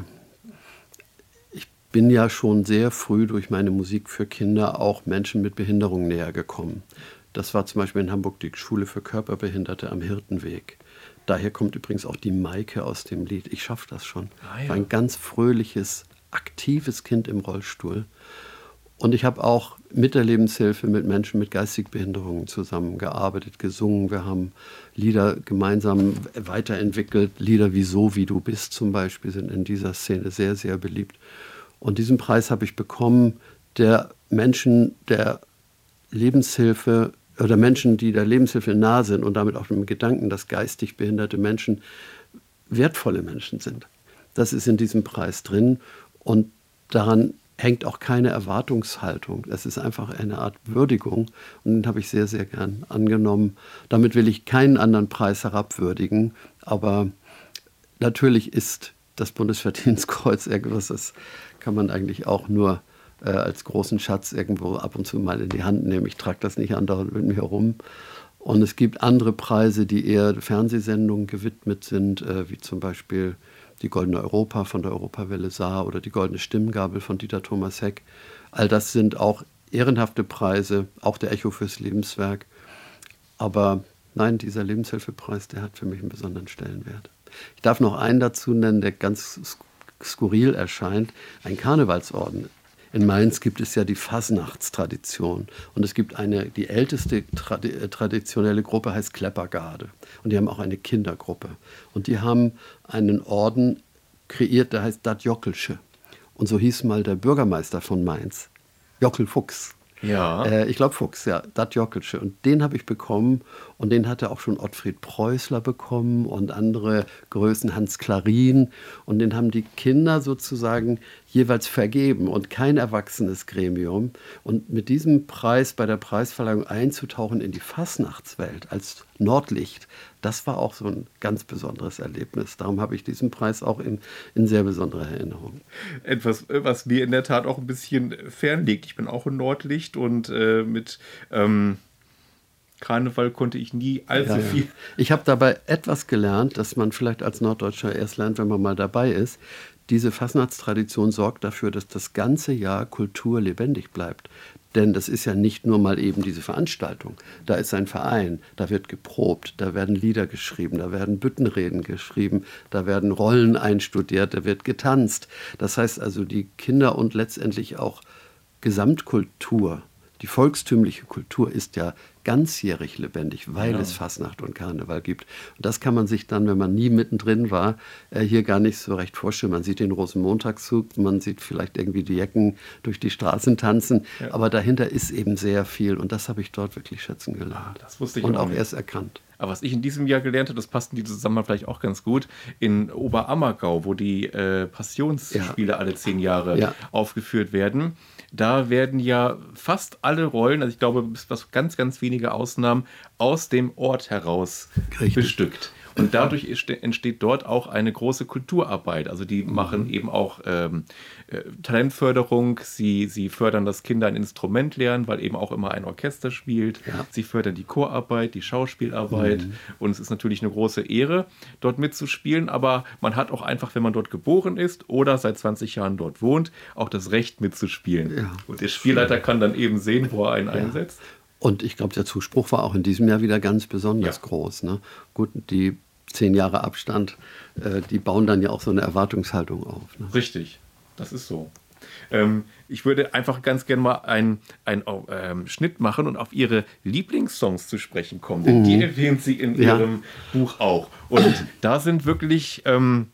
Ich bin ja schon sehr früh durch meine Musik für Kinder auch Menschen mit Behinderung näher gekommen. Das war zum Beispiel in Hamburg die Schule für Körperbehinderte am Hirtenweg. Daher kommt übrigens auch die Maike aus dem Lied. Ich schaffe das schon. Ah, ja. War ein ganz fröhliches, aktives Kind im Rollstuhl. Und ich habe auch mit der Lebenshilfe mit Menschen mit geistigen Behinderungen zusammengearbeitet, gesungen. Wir haben Lieder gemeinsam weiterentwickelt. Lieder wie So, wie du bist zum Beispiel sind in dieser Szene sehr, sehr beliebt. Und diesen Preis habe ich bekommen, der Menschen der Lebenshilfe oder Menschen, die der Lebenshilfe nahe sind und damit auch dem Gedanken, dass geistig behinderte Menschen wertvolle Menschen sind. Das ist in diesem Preis drin und daran hängt auch keine Erwartungshaltung. Es ist einfach eine Art Würdigung und den habe ich sehr, sehr gern angenommen. Damit will ich keinen anderen Preis herabwürdigen, aber natürlich ist das Bundesverdienstkreuz irgendwas, das kann man eigentlich auch nur äh, als großen Schatz irgendwo ab und zu mal in die Hand nehmen. Ich trage das nicht andauernd mit mir herum. Und es gibt andere Preise, die eher Fernsehsendungen gewidmet sind, äh, wie zum Beispiel die Goldene Europa von der Europawelle Saar oder die Goldene Stimmgabel von Dieter Thomas Heck. All das sind auch ehrenhafte Preise, auch der Echo fürs Lebenswerk. Aber nein, dieser Lebenshilfepreis, der hat für mich einen besonderen Stellenwert. Ich darf noch einen dazu nennen, der ganz skurril erscheint, ein Karnevalsorden. In Mainz gibt es ja die Fasnachtstradition und es gibt eine, die älteste tradi- traditionelle Gruppe heißt Kleppergarde und die haben auch eine Kindergruppe und die haben einen Orden kreiert, der heißt Dat Jockelsche und so hieß mal der Bürgermeister von Mainz, Jockel Fuchs. Ja. Äh, ich glaube Fuchs, ja, Dat Jockelsche. Und den habe ich bekommen und den hatte auch schon Ottfried Preußler bekommen und andere Größen, Hans Klarin. Und den haben die Kinder sozusagen jeweils vergeben und kein erwachsenes Gremium. Und mit diesem Preis bei der Preisverleihung einzutauchen in die Fasnachtswelt als Nordlicht, das war auch so ein ganz besonderes Erlebnis. Darum habe ich diesen Preis auch in, in sehr besonderer Erinnerung. Etwas, was mir in der Tat auch ein bisschen fernliegt. Ich bin auch in Nordlicht und äh, mit ähm, Karneval konnte ich nie allzu ja, viel. Ja. Ich habe dabei etwas gelernt, dass man vielleicht als Norddeutscher erst lernt, wenn man mal dabei ist. Diese Fasnachtstradition sorgt dafür, dass das ganze Jahr Kultur lebendig bleibt. Denn das ist ja nicht nur mal eben diese Veranstaltung. Da ist ein Verein, da wird geprobt, da werden Lieder geschrieben, da werden Büttenreden geschrieben, da werden Rollen einstudiert, da wird getanzt. Das heißt also, die Kinder und letztendlich auch Gesamtkultur, die volkstümliche Kultur ist ja ganzjährig lebendig, weil ja. es Fastnacht und Karneval gibt. Und das kann man sich dann, wenn man nie mittendrin war, äh, hier gar nicht so recht vorstellen. Man sieht den Rosenmontagszug, man sieht vielleicht irgendwie die Jecken durch die Straßen tanzen, ja. aber dahinter ist eben sehr viel und das habe ich dort wirklich schätzen gelernt. Ah, das wusste ich und auch auch nicht. erst erkannt. Aber was ich in diesem Jahr gelernt habe, das passt in die Zusammenhang vielleicht auch ganz gut, in Oberammergau, wo die äh, Passionsspiele ja. alle zehn Jahre ja. aufgeführt werden, da werden ja fast alle Rollen, also ich glaube, bis was ganz, ganz wenige Ausnahmen, aus dem Ort heraus Richtig. bestückt. Und dadurch entsteht dort auch eine große Kulturarbeit. Also die machen eben auch ähm, äh, Talentförderung. Sie, sie fördern, dass Kinder ein Instrument lernen, weil eben auch immer ein Orchester spielt. Ja. Sie fördern die Chorarbeit, die Schauspielarbeit. Mhm. Und es ist natürlich eine große Ehre, dort mitzuspielen. Aber man hat auch einfach, wenn man dort geboren ist oder seit zwanzig Jahren dort wohnt, auch das Recht mitzuspielen. Ja. Und der Spielleiter kann dann eben sehen, wo er einen ja. einsetzt. Und ich glaube, der Zuspruch war auch in diesem Jahr wieder ganz besonders ja. groß. Ne? Gut, die zehn Jahre Abstand, äh, die bauen dann ja auch so eine Erwartungshaltung auf. Ne? Richtig, das ist so. Ähm, ich würde einfach ganz gerne mal einen, einen ähm, Schnitt machen und auf Ihre Lieblingssongs zu sprechen kommen. Denn mhm. die erwähnen Sie in ja. Ihrem Buch auch. Und da sind wirklich ähm,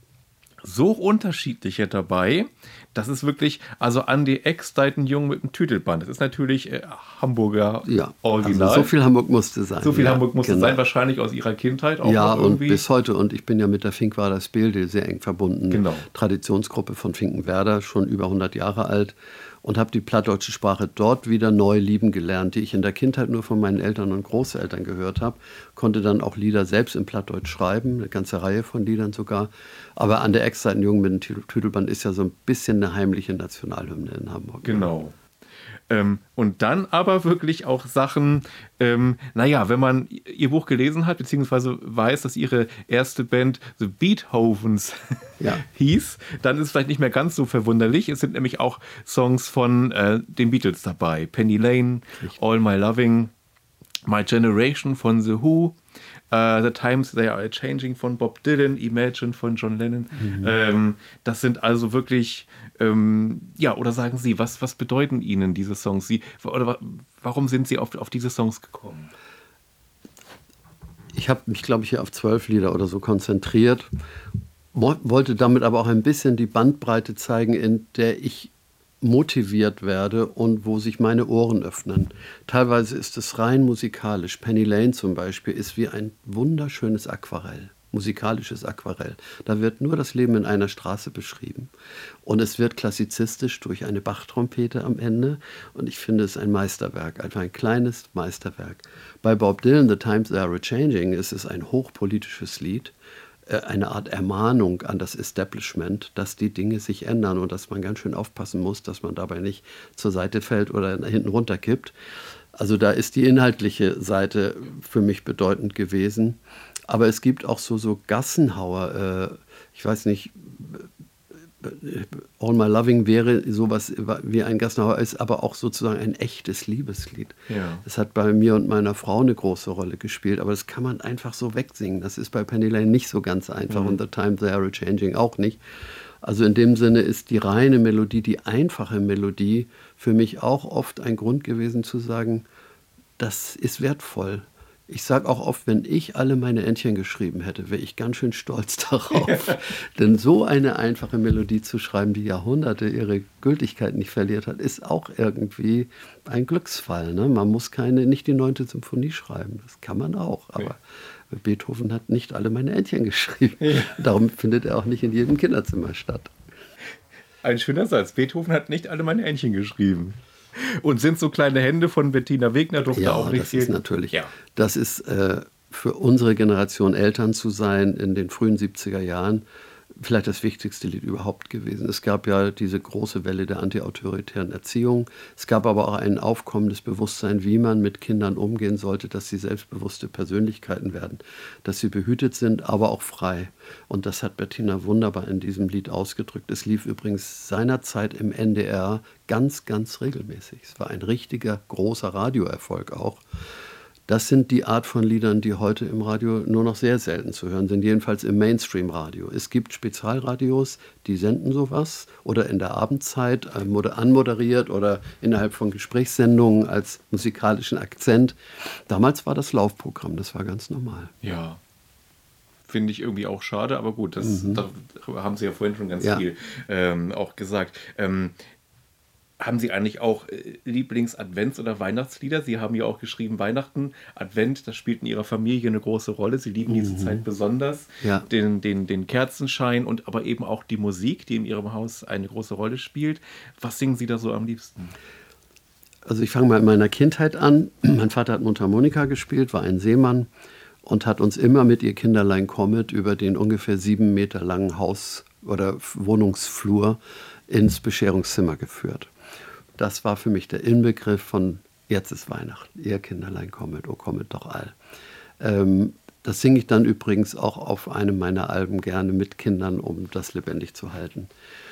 so unterschiedliche dabei. Das ist wirklich, also Andi Ex, Jung mit dem Tüdelband. Das ist natürlich äh, Hamburger ja, Original. Also so viel Hamburg musste sein. So viel ja, Hamburg musste genau. sein, wahrscheinlich aus Ihrer Kindheit auch ja, noch irgendwie. Ja, und bis heute. Und ich bin ja mit der Finkwerder Speelde sehr eng verbunden. Genau. Traditionsgruppe von Finkenwerder, schon über hundert Jahre alt. Und habe die plattdeutsche Sprache dort wieder neu lieben gelernt, die ich in der Kindheit nur von meinen Eltern und Großeltern gehört habe. Konnte dann auch Lieder selbst in Plattdeutsch schreiben, eine ganze Reihe von Liedern sogar. Aber an der Ex-Seiten-Jungen mit dem Tüdelband ist ja so ein bisschen eine heimliche Nationalhymne in Hamburg. Genau. Ähm, und dann aber wirklich auch Sachen, ähm, naja, wenn man ihr Buch gelesen hat, beziehungsweise weiß, dass ihre erste Band The Beethovens ja. hieß, dann ist es vielleicht nicht mehr ganz so verwunderlich. Es sind nämlich auch Songs von äh, den Beatles dabei. Penny Lane, Richtig. All My Loving, My Generation von The Who, Uh, The Times They Are Changing von Bob Dylan, Imagine von John Lennon. Mhm. Ähm, das sind also wirklich, ähm, ja, oder sagen Sie, was, was bedeuten Ihnen diese Songs? Sie, oder warum sind Sie auf, auf diese Songs gekommen? Ich habe mich, glaube ich, hier auf zwölf Lieder oder so konzentriert, wollte damit aber auch ein bisschen die Bandbreite zeigen, in der ich motiviert werde und wo sich meine Ohren öffnen. Teilweise ist es rein musikalisch. Penny Lane zum Beispiel ist wie ein wunderschönes Aquarell, musikalisches Aquarell. Da wird nur das Leben in einer Straße beschrieben. Und es wird klassizistisch durch eine Bachtrompete am Ende. Und ich finde es ein Meisterwerk, einfach ein kleines Meisterwerk. Bei Bob Dylan, The Times They Are Changing, ist es ein hochpolitisches Lied, eine Art Ermahnung an das Establishment, dass die Dinge sich ändern und dass man ganz schön aufpassen muss, dass man dabei nicht zur Seite fällt oder hinten runterkippt. Also da ist die inhaltliche Seite für mich bedeutend gewesen. Aber es gibt auch so, so Gassenhauer, äh, ich weiß nicht, All My Loving wäre sowas wie ein Gassenhauer, ist aber auch sozusagen ein echtes Liebeslied. Ja. Das hat bei mir und meiner Frau eine große Rolle gespielt, aber das kann man einfach so wegsingen. Das ist bei Penny Lane nicht so ganz einfach mhm. und The Times They Are Changing auch nicht. Also in dem Sinne ist die reine Melodie, die einfache Melodie für mich auch oft ein Grund gewesen zu sagen, das ist wertvoll. Ich sage auch oft, wenn ich alle meine Entchen geschrieben hätte, wäre ich ganz schön stolz darauf. Denn so eine einfache Melodie zu schreiben, die Jahrhunderte ihre Gültigkeit nicht verliert hat, ist auch irgendwie ein Glücksfall. Ne? Man muss keine, nicht die neunte Symphonie schreiben. Das kann man auch. Aber ja. Beethoven hat nicht alle meine Entchen geschrieben. Ja. Darum findet er auch nicht in jedem Kinderzimmer statt. Ein schöner Satz. Beethoven hat nicht alle meine Entchen geschrieben. Und sind so kleine Hände von Bettina Wegner durfte ja, auch nicht das viel. Ist natürlich. Ja. Das ist äh, für unsere Generation Eltern zu sein in den frühen siebziger Jahren vielleicht das wichtigste Lied überhaupt gewesen. Es gab ja diese große Welle der antiautoritären Erziehung. Es gab aber auch ein aufkommendes Bewusstsein, wie man mit Kindern umgehen sollte, dass sie selbstbewusste Persönlichkeiten werden, dass sie behütet sind, aber auch frei. Und das hat Bettina wunderbar in diesem Lied ausgedrückt. Es lief übrigens seinerzeit im N D R ganz, ganz regelmäßig. Es war ein richtiger, großer Radioerfolg auch. Das sind die Art von Liedern, die heute im Radio nur noch sehr selten zu hören sind, jedenfalls im Mainstream-Radio. Es gibt Spezialradios, die senden sowas oder in der Abendzeit äh, anmoderiert oder innerhalb von Gesprächssendungen als musikalischen Akzent. Damals war das Laufprogramm, das war ganz normal. Ja, finde ich irgendwie auch schade, aber gut, das, mhm. darüber haben Sie ja vorhin schon ganz ja. viel ähm, auch gesagt. Ähm, Haben Sie eigentlich auch äh, Lieblings-Advents- oder Weihnachtslieder? Sie haben ja auch geschrieben, Weihnachten, Advent, das spielt in Ihrer Familie eine große Rolle. Sie lieben mhm. diese Zeit besonders, ja. den, den, den Kerzenschein und aber eben auch die Musik, die in Ihrem Haus eine große Rolle spielt. Was singen Sie da so am liebsten? Also ich fange mal in meiner Kindheit an. Mein Vater hat Mundharmonika gespielt, war ein Seemann und hat uns immer mit Ihr Kinderlein kommet über den ungefähr sieben Meter langen Haus- oder Wohnungsflur ins Bescherungszimmer geführt. Das war für mich der Inbegriff von jetzt ist Weihnachten, ihr Kinderlein kommet, oh kommet doch all. Ähm, das singe ich dann übrigens auch auf einem meiner Alben gerne mit Kindern, um das lebendig zu halten.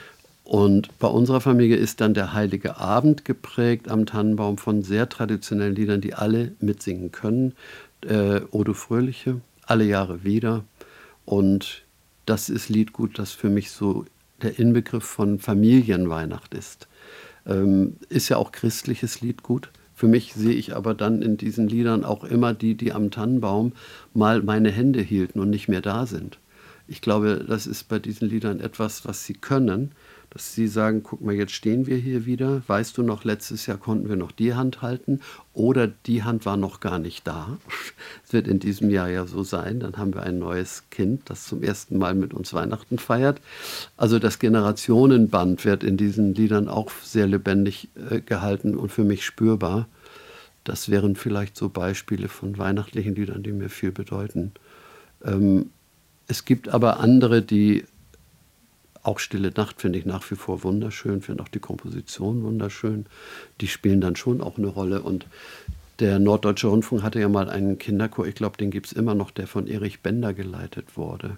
Und bei unserer Familie ist dann der Heilige Abend geprägt am Tannenbaum von sehr traditionellen Liedern, die alle mitsingen können. Äh, O du Fröhliche, Alle Jahre wieder. Und das ist Liedgut, das für mich so der Inbegriff von Familienweihnacht ist. Ähm, ist ja auch christliches Liedgut. Für mich sehe ich aber dann in diesen Liedern auch immer die, die am Tannenbaum mal meine Hände hielten und nicht mehr da sind. Ich glaube, das ist bei diesen Liedern etwas, was sie können, dass sie sagen, guck mal, jetzt stehen wir hier wieder. Weißt du noch, letztes Jahr konnten wir noch die Hand halten oder die Hand war noch gar nicht da. Es wird in diesem Jahr ja so sein. Dann haben wir ein neues Kind, das zum ersten Mal mit uns Weihnachten feiert. Also das Generationenband wird in diesen Liedern auch sehr lebendig äh, gehalten und für mich spürbar. Das wären vielleicht so Beispiele von weihnachtlichen Liedern, die mir viel bedeuten. Ähm, es gibt aber andere, die auch Stille Nacht finde ich nach wie vor wunderschön, finde auch die Komposition wunderschön. Die spielen dann schon auch eine Rolle. Und der Norddeutsche Rundfunk hatte ja mal einen Kinderchor, ich glaube, den gibt es immer noch, der von Erich Bender geleitet wurde.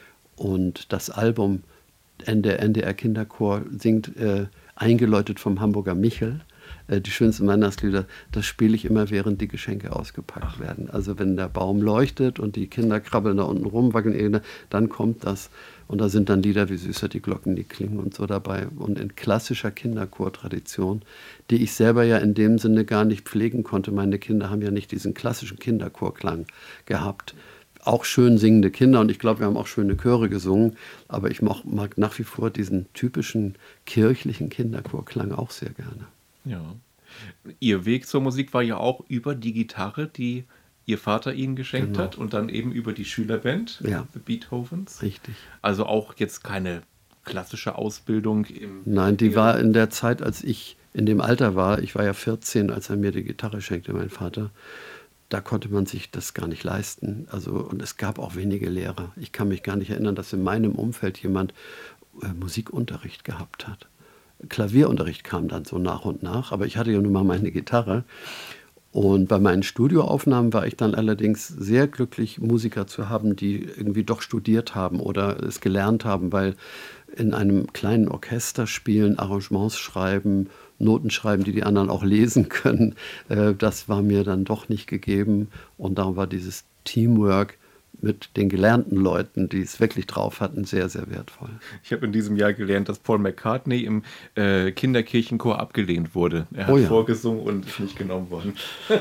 Und das Album, der N D R Kinderchor singt, äh, eingeläutet vom Hamburger Michel, äh, die schönsten Weihnachtslieder, das spiele ich immer, während die Geschenke ausgepackt werden. Also wenn der Baum leuchtet und die Kinder krabbeln da unten rum, wackeln, dann kommt das. Und da sind dann Lieder wie Süßer die Glocken, die klingen und so dabei. Und in klassischer Kinderchortradition, die ich selber ja in dem Sinne gar nicht pflegen konnte. Meine Kinder haben ja nicht diesen klassischen Kinderchorklang gehabt. Auch schön singende Kinder und ich glaube, wir haben auch schöne Chöre gesungen. Aber ich mag, mag nach wie vor diesen typischen kirchlichen Kinderchorklang auch sehr gerne. Ja. Ihr Weg zur Musik war ja auch über die Gitarre, die Ihr Vater Ihnen geschenkt genau. hat und dann eben über die Schülerband ja. The Beethovens. Richtig. Also auch jetzt keine klassische Ausbildung im... Nein, die war in der Zeit, als ich in dem Alter war, ich war ja vierzehn, als er mir die Gitarre schenkte, mein Vater, da konnte man sich das gar nicht leisten. Also, und es gab auch wenige Lehrer. Ich kann mich gar nicht erinnern, dass in meinem Umfeld jemand äh, Musikunterricht gehabt hat. Klavierunterricht kam dann so nach und nach, aber ich hatte ja nun mal meine Gitarre. Und bei meinen Studioaufnahmen war ich dann allerdings sehr glücklich, Musiker zu haben, die irgendwie doch studiert haben oder es gelernt haben, weil in einem kleinen Orchester spielen, Arrangements schreiben, Noten schreiben, die die anderen auch lesen können, äh, das war mir dann doch nicht gegeben. Und darum war dieses Teamwork mit den gelernten Leuten, die es wirklich drauf hatten, sehr, sehr wertvoll. Ich habe in diesem Jahr gelernt, dass Paul McCartney im äh, Kinderkirchenchor abgelehnt wurde. Er hat oh ja. vorgesungen und ist nicht genommen worden.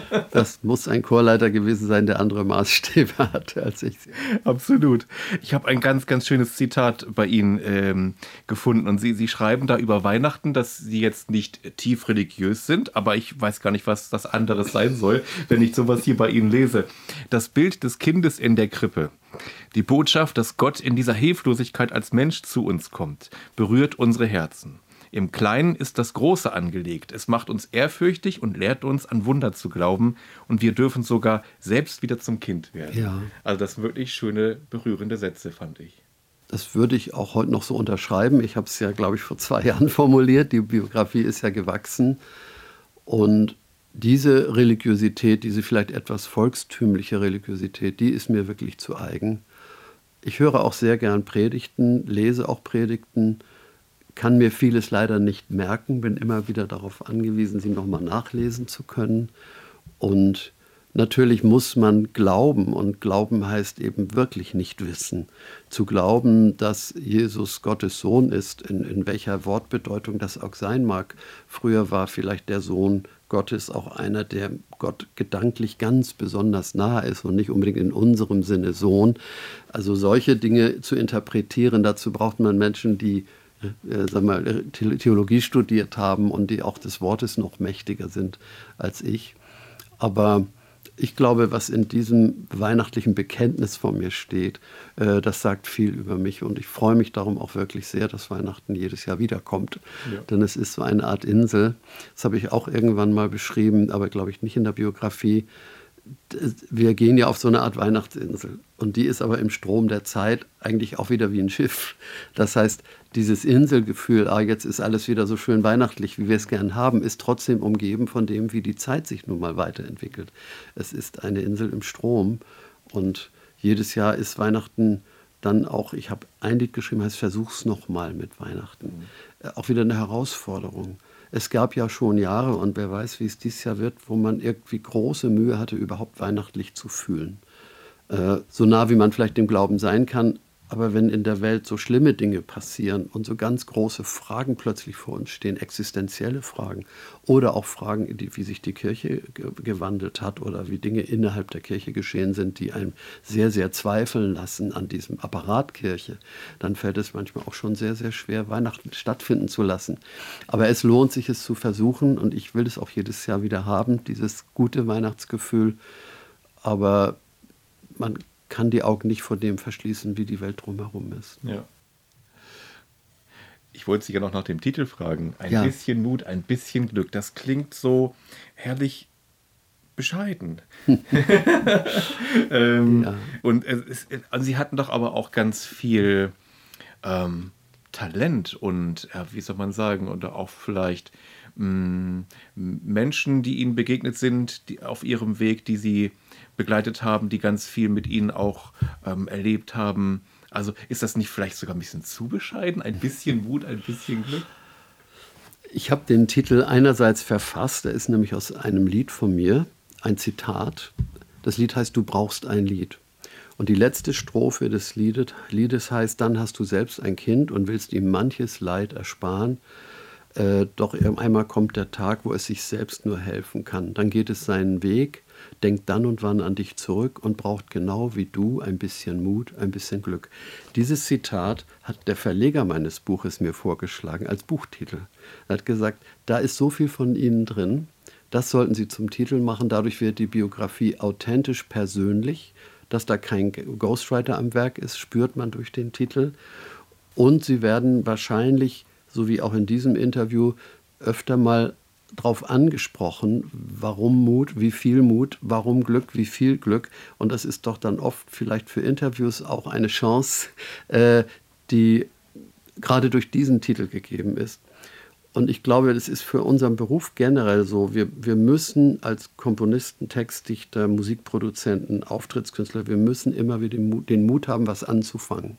Das muss ein Chorleiter gewesen sein, der andere Maßstäbe hatte als ich. Absolut. Ich habe ein ganz, ganz schönes Zitat bei Ihnen ähm, gefunden. Und Sie, Sie schreiben da über Weihnachten, dass Sie jetzt nicht tief religiös sind, aber ich weiß gar nicht, was das anderes sein soll, wenn ich sowas hier bei Ihnen lese. Das Bild des Kindes in der Krippe. Die Botschaft, dass Gott in dieser Hilflosigkeit als Mensch zu uns kommt, berührt unsere Herzen. Im Kleinen ist das Große angelegt. Es macht uns ehrfürchtig und lehrt uns, an Wunder zu glauben. Und wir dürfen sogar selbst wieder zum Kind werden. Ja. Also das sind wirklich schöne, berührende Sätze, fand ich. Das würde ich auch heute noch so unterschreiben. Ich habe es ja, glaube ich, vor zwei Jahren formuliert. Die Biografie ist ja gewachsen. Und diese Religiosität, diese vielleicht etwas volkstümliche Religiosität, die ist mir wirklich zu eigen. Ich höre auch sehr gern Predigten, lese auch Predigten, kann mir vieles leider nicht merken, bin immer wieder darauf angewiesen, sie nochmal nachlesen zu können. Und natürlich muss man glauben, und Glauben heißt eben wirklich nicht wissen. Zu glauben, dass Jesus Gottes Sohn ist, in, in welcher Wortbedeutung das auch sein mag. Früher war vielleicht der Sohn Gottes auch einer, der Gott gedanklich ganz besonders nahe ist und nicht unbedingt in unserem Sinne Sohn. Also solche Dinge zu interpretieren, dazu braucht man Menschen, die äh, sagen wir, Theologie studiert haben und die auch des Wortes noch mächtiger sind als ich. Aber ich glaube, was in diesem weihnachtlichen Bekenntnis von mir steht, äh, das sagt viel über mich. Und ich freue mich darum auch wirklich sehr, dass Weihnachten jedes Jahr wiederkommt. Ja. Denn es ist so eine Art Insel. Das habe ich auch irgendwann mal beschrieben, aber glaube ich nicht in der Biografie. Wir gehen ja auf so eine Art Weihnachtsinsel. Und die ist aber im Strom der Zeit eigentlich auch wieder wie ein Schiff. Das heißt, dieses Inselgefühl, ah, jetzt ist alles wieder so schön weihnachtlich, wie wir es gern haben, ist trotzdem umgeben von dem, wie die Zeit sich nun mal weiterentwickelt. Es ist eine Insel im Strom und jedes Jahr ist Weihnachten dann auch, ich habe ein Lied geschrieben, heißt Versuch's nochmal mit Weihnachten. Mhm. Auch wieder eine Herausforderung. Es gab ja schon Jahre, und wer weiß, wie es dieses Jahr wird, wo man irgendwie große Mühe hatte, überhaupt weihnachtlich zu fühlen. Äh, so nah, wie man vielleicht dem Glauben sein kann. Aber wenn in der Welt so schlimme Dinge passieren und so ganz große Fragen plötzlich vor uns stehen, existenzielle Fragen oder auch Fragen, die, wie sich die Kirche ge- gewandelt hat oder wie Dinge innerhalb der Kirche geschehen sind, die einem sehr, sehr zweifeln lassen an diesem Apparat Kirche, dann fällt es manchmal auch schon sehr, sehr schwer, Weihnachten stattfinden zu lassen. Aber es lohnt sich, es zu versuchen, und ich will es auch jedes Jahr wieder haben, dieses gute Weihnachtsgefühl. Aber man kann die Augen nicht vor dem verschließen, wie die Welt drumherum ist. Ja. Ich wollte Sie ja noch nach dem Titel fragen. Ein ja. bisschen Mut, ein bisschen Glück. Das klingt so herrlich bescheiden. ähm, ja. Und es ist, also Sie hatten doch aber auch ganz viel ähm, Talent und, ja, wie soll man sagen, oder auch vielleicht mh, Menschen, die Ihnen begegnet sind, die auf Ihrem Weg, die Sie begleitet haben, die ganz viel mit Ihnen auch ähm, erlebt haben. Also ist das nicht vielleicht sogar ein bisschen zu bescheiden? Ein bisschen Mut, ein bisschen Glück? Ich habe den Titel einerseits verfasst, der ist nämlich aus einem Lied von mir, ein Zitat. Das Lied heißt „Du brauchst ein Lied". Und die letzte Strophe des Liedes, Liedes heißt: Dann hast du selbst ein Kind und willst ihm manches Leid ersparen. Äh, doch einmal kommt der Tag, wo es sich selbst nur helfen kann. Dann geht es seinen Weg, denkt dann und wann an dich zurück und braucht genau wie du ein bisschen Mut, ein bisschen Glück. Dieses Zitat hat der Verleger meines Buches mir vorgeschlagen als Buchtitel. Er hat gesagt, da ist so viel von Ihnen drin, das sollten Sie zum Titel machen. Dadurch wird die Biografie authentisch persönlich. Dass da kein Ghostwriter am Werk ist, spürt man durch den Titel. Und Sie werden wahrscheinlich, so wie auch in diesem Interview, öfter mal darauf angesprochen, warum Mut, wie viel Mut, warum Glück, wie viel Glück. Und das ist doch dann oft vielleicht für Interviews auch eine Chance, äh, die gerade durch diesen Titel gegeben ist. Und ich glaube, das ist für unseren Beruf generell so. Wir, wir müssen als Komponisten, Textdichter, Musikproduzenten, Auftrittskünstler, wir müssen immer wieder den Mut, den Mut haben, was anzufangen.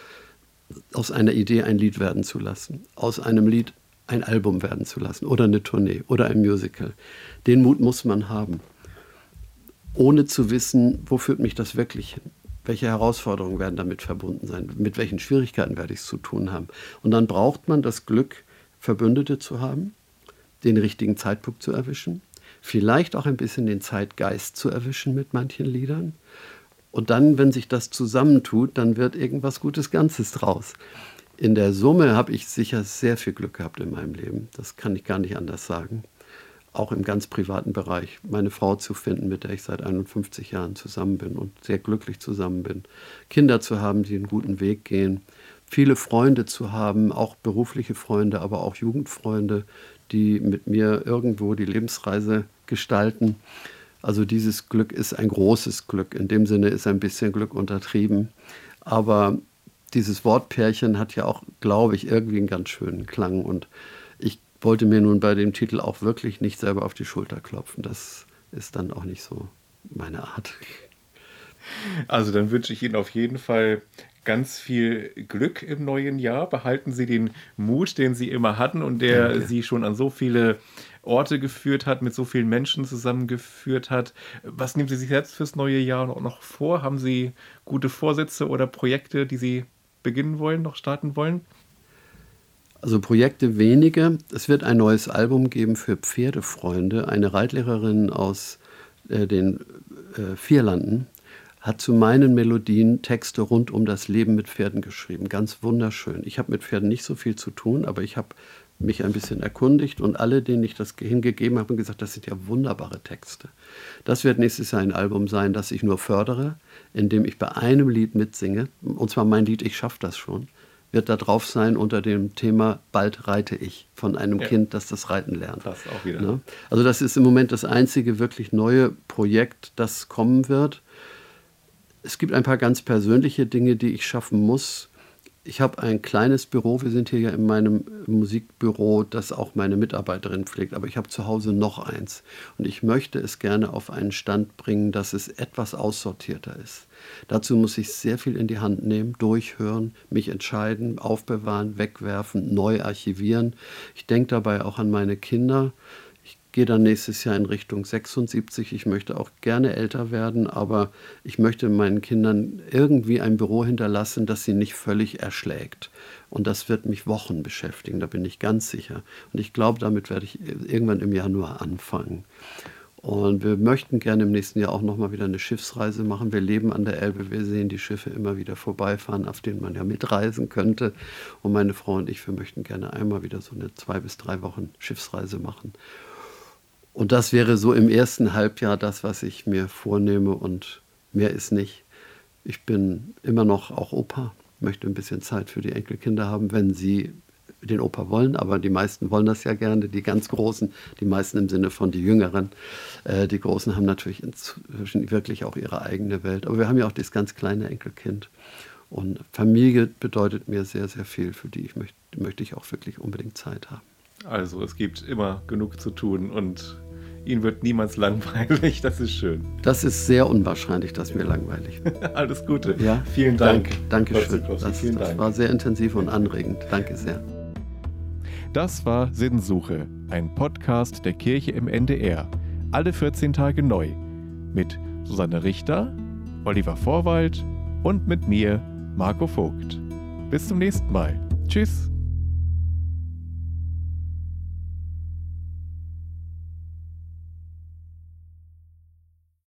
Aus einer Idee ein Lied werden zu lassen, aus einem Lied ein Album werden zu lassen oder eine Tournee oder ein Musical. Den Mut muss man haben, ohne zu wissen, wo führt mich das wirklich hin? Welche Herausforderungen werden damit verbunden sein? Mit welchen Schwierigkeiten werde ich es zu tun haben? Und dann braucht man das Glück, Verbündete zu haben, den richtigen Zeitpunkt zu erwischen, vielleicht auch ein bisschen den Zeitgeist zu erwischen mit manchen Liedern. Und dann, wenn sich das zusammentut, dann wird irgendwas Gutes Ganzes draus. In der Summe habe ich sicher sehr viel Glück gehabt in meinem Leben. Das kann ich gar nicht anders sagen. Auch im ganz privaten Bereich. Meine Frau zu finden, mit der ich seit einundfünfzig Jahren zusammen bin und sehr glücklich zusammen bin. Kinder zu haben, die einen guten Weg gehen. Viele Freunde zu haben, auch berufliche Freunde, aber auch Jugendfreunde, die mit mir irgendwo die Lebensreise gestalten. Also dieses Glück ist ein großes Glück. In dem Sinne ist ein bisschen Glück untertrieben. Aber dieses Wortpärchen hat ja auch, glaube ich, irgendwie einen ganz schönen Klang. Und ich wollte mir nun bei dem Titel auch wirklich nicht selber auf die Schulter klopfen. Das ist dann auch nicht so meine Art. Also dann wünsche ich Ihnen auf jeden Fall ganz viel Glück im neuen Jahr. Behalten Sie den Mut, den Sie immer hatten und der Danke. Sie schon an so viele Orte geführt hat, mit so vielen Menschen zusammengeführt hat. Was nehmen Sie sich jetzt fürs neue Jahr noch vor? Haben Sie gute Vorsätze oder Projekte, die Sie beginnen wollen, noch starten wollen? Also Projekte wenige. Es wird ein neues Album geben für Pferdefreunde. Eine Reitlehrerin aus äh, den äh, Vierlanden hat zu meinen Melodien Texte rund um das Leben mit Pferden geschrieben. Ganz wunderschön. Ich habe mit Pferden nicht so viel zu tun, aber ich habe mich ein bisschen erkundigt und alle, denen ich das hingegeben habe, haben gesagt, das sind ja wunderbare Texte. Das wird nächstes Jahr ein Album sein, das ich nur fördere, indem ich bei einem Lied mitsinge, und zwar mein Lied Ich schaff das schon, wird da drauf sein unter dem Thema Bald reite ich von einem ja. Kind, das das Reiten lernt. Das auch wieder. Ne? Also das ist im Moment das einzige wirklich neue Projekt, das kommen wird. Es gibt ein paar ganz persönliche Dinge, die ich schaffen muss. Ich habe ein kleines Büro, wir sind hier ja in meinem Musikbüro, das auch meine Mitarbeiterin pflegt, aber ich habe zu Hause noch eins. Und ich möchte es gerne auf einen Stand bringen, dass es etwas aussortierter ist. Dazu muss ich sehr viel in die Hand nehmen, durchhören, mich entscheiden, aufbewahren, wegwerfen, neu archivieren. Ich denke dabei auch an meine Kinder. Ich gehe dann nächstes Jahr in Richtung sechsundsiebzig. Ich möchte auch gerne älter werden, aber ich möchte meinen Kindern irgendwie ein Büro hinterlassen, das sie nicht völlig erschlägt. Und das wird mich Wochen beschäftigen, da bin ich ganz sicher. Und ich glaube, damit werde ich irgendwann im Januar anfangen. Und wir möchten gerne im nächsten Jahr auch nochmal wieder eine Schiffsreise machen. Wir leben an der Elbe, wir sehen die Schiffe immer wieder vorbeifahren, auf denen man ja mitreisen könnte. Und meine Frau und ich, wir möchten gerne einmal wieder so eine zwei bis drei Wochen Schiffsreise machen. Und das wäre so im ersten Halbjahr das, was ich mir vornehme, und mehr ist nicht. Ich bin immer noch auch Opa, möchte ein bisschen Zeit für die Enkelkinder haben, wenn sie den Opa wollen, aber die meisten wollen das ja gerne, die ganz Großen, die meisten im Sinne von die Jüngeren. Äh, die Großen haben natürlich inzwischen wirklich auch ihre eigene Welt, aber wir haben ja auch das ganz kleine Enkelkind. Und Familie bedeutet mir sehr, sehr viel, für die ich möchte, möchte ich auch wirklich unbedingt Zeit haben. Also es gibt immer genug zu tun und Ihnen wird niemals langweilig, das ist schön. Das ist sehr unwahrscheinlich, dass mir langweilig wird. Alles Gute. Ja? Vielen Dank. Danke, Dankeschön. Das, Vielen das Dank. war sehr intensiv und anregend. Danke sehr. Das war Sinnsuche, ein Podcast der Kirche im N D R. Alle vierzehn Tage neu. Mit Susanne Richter, Oliver Vorwald und mit mir, Marco Vogt. Bis zum nächsten Mal. Tschüss.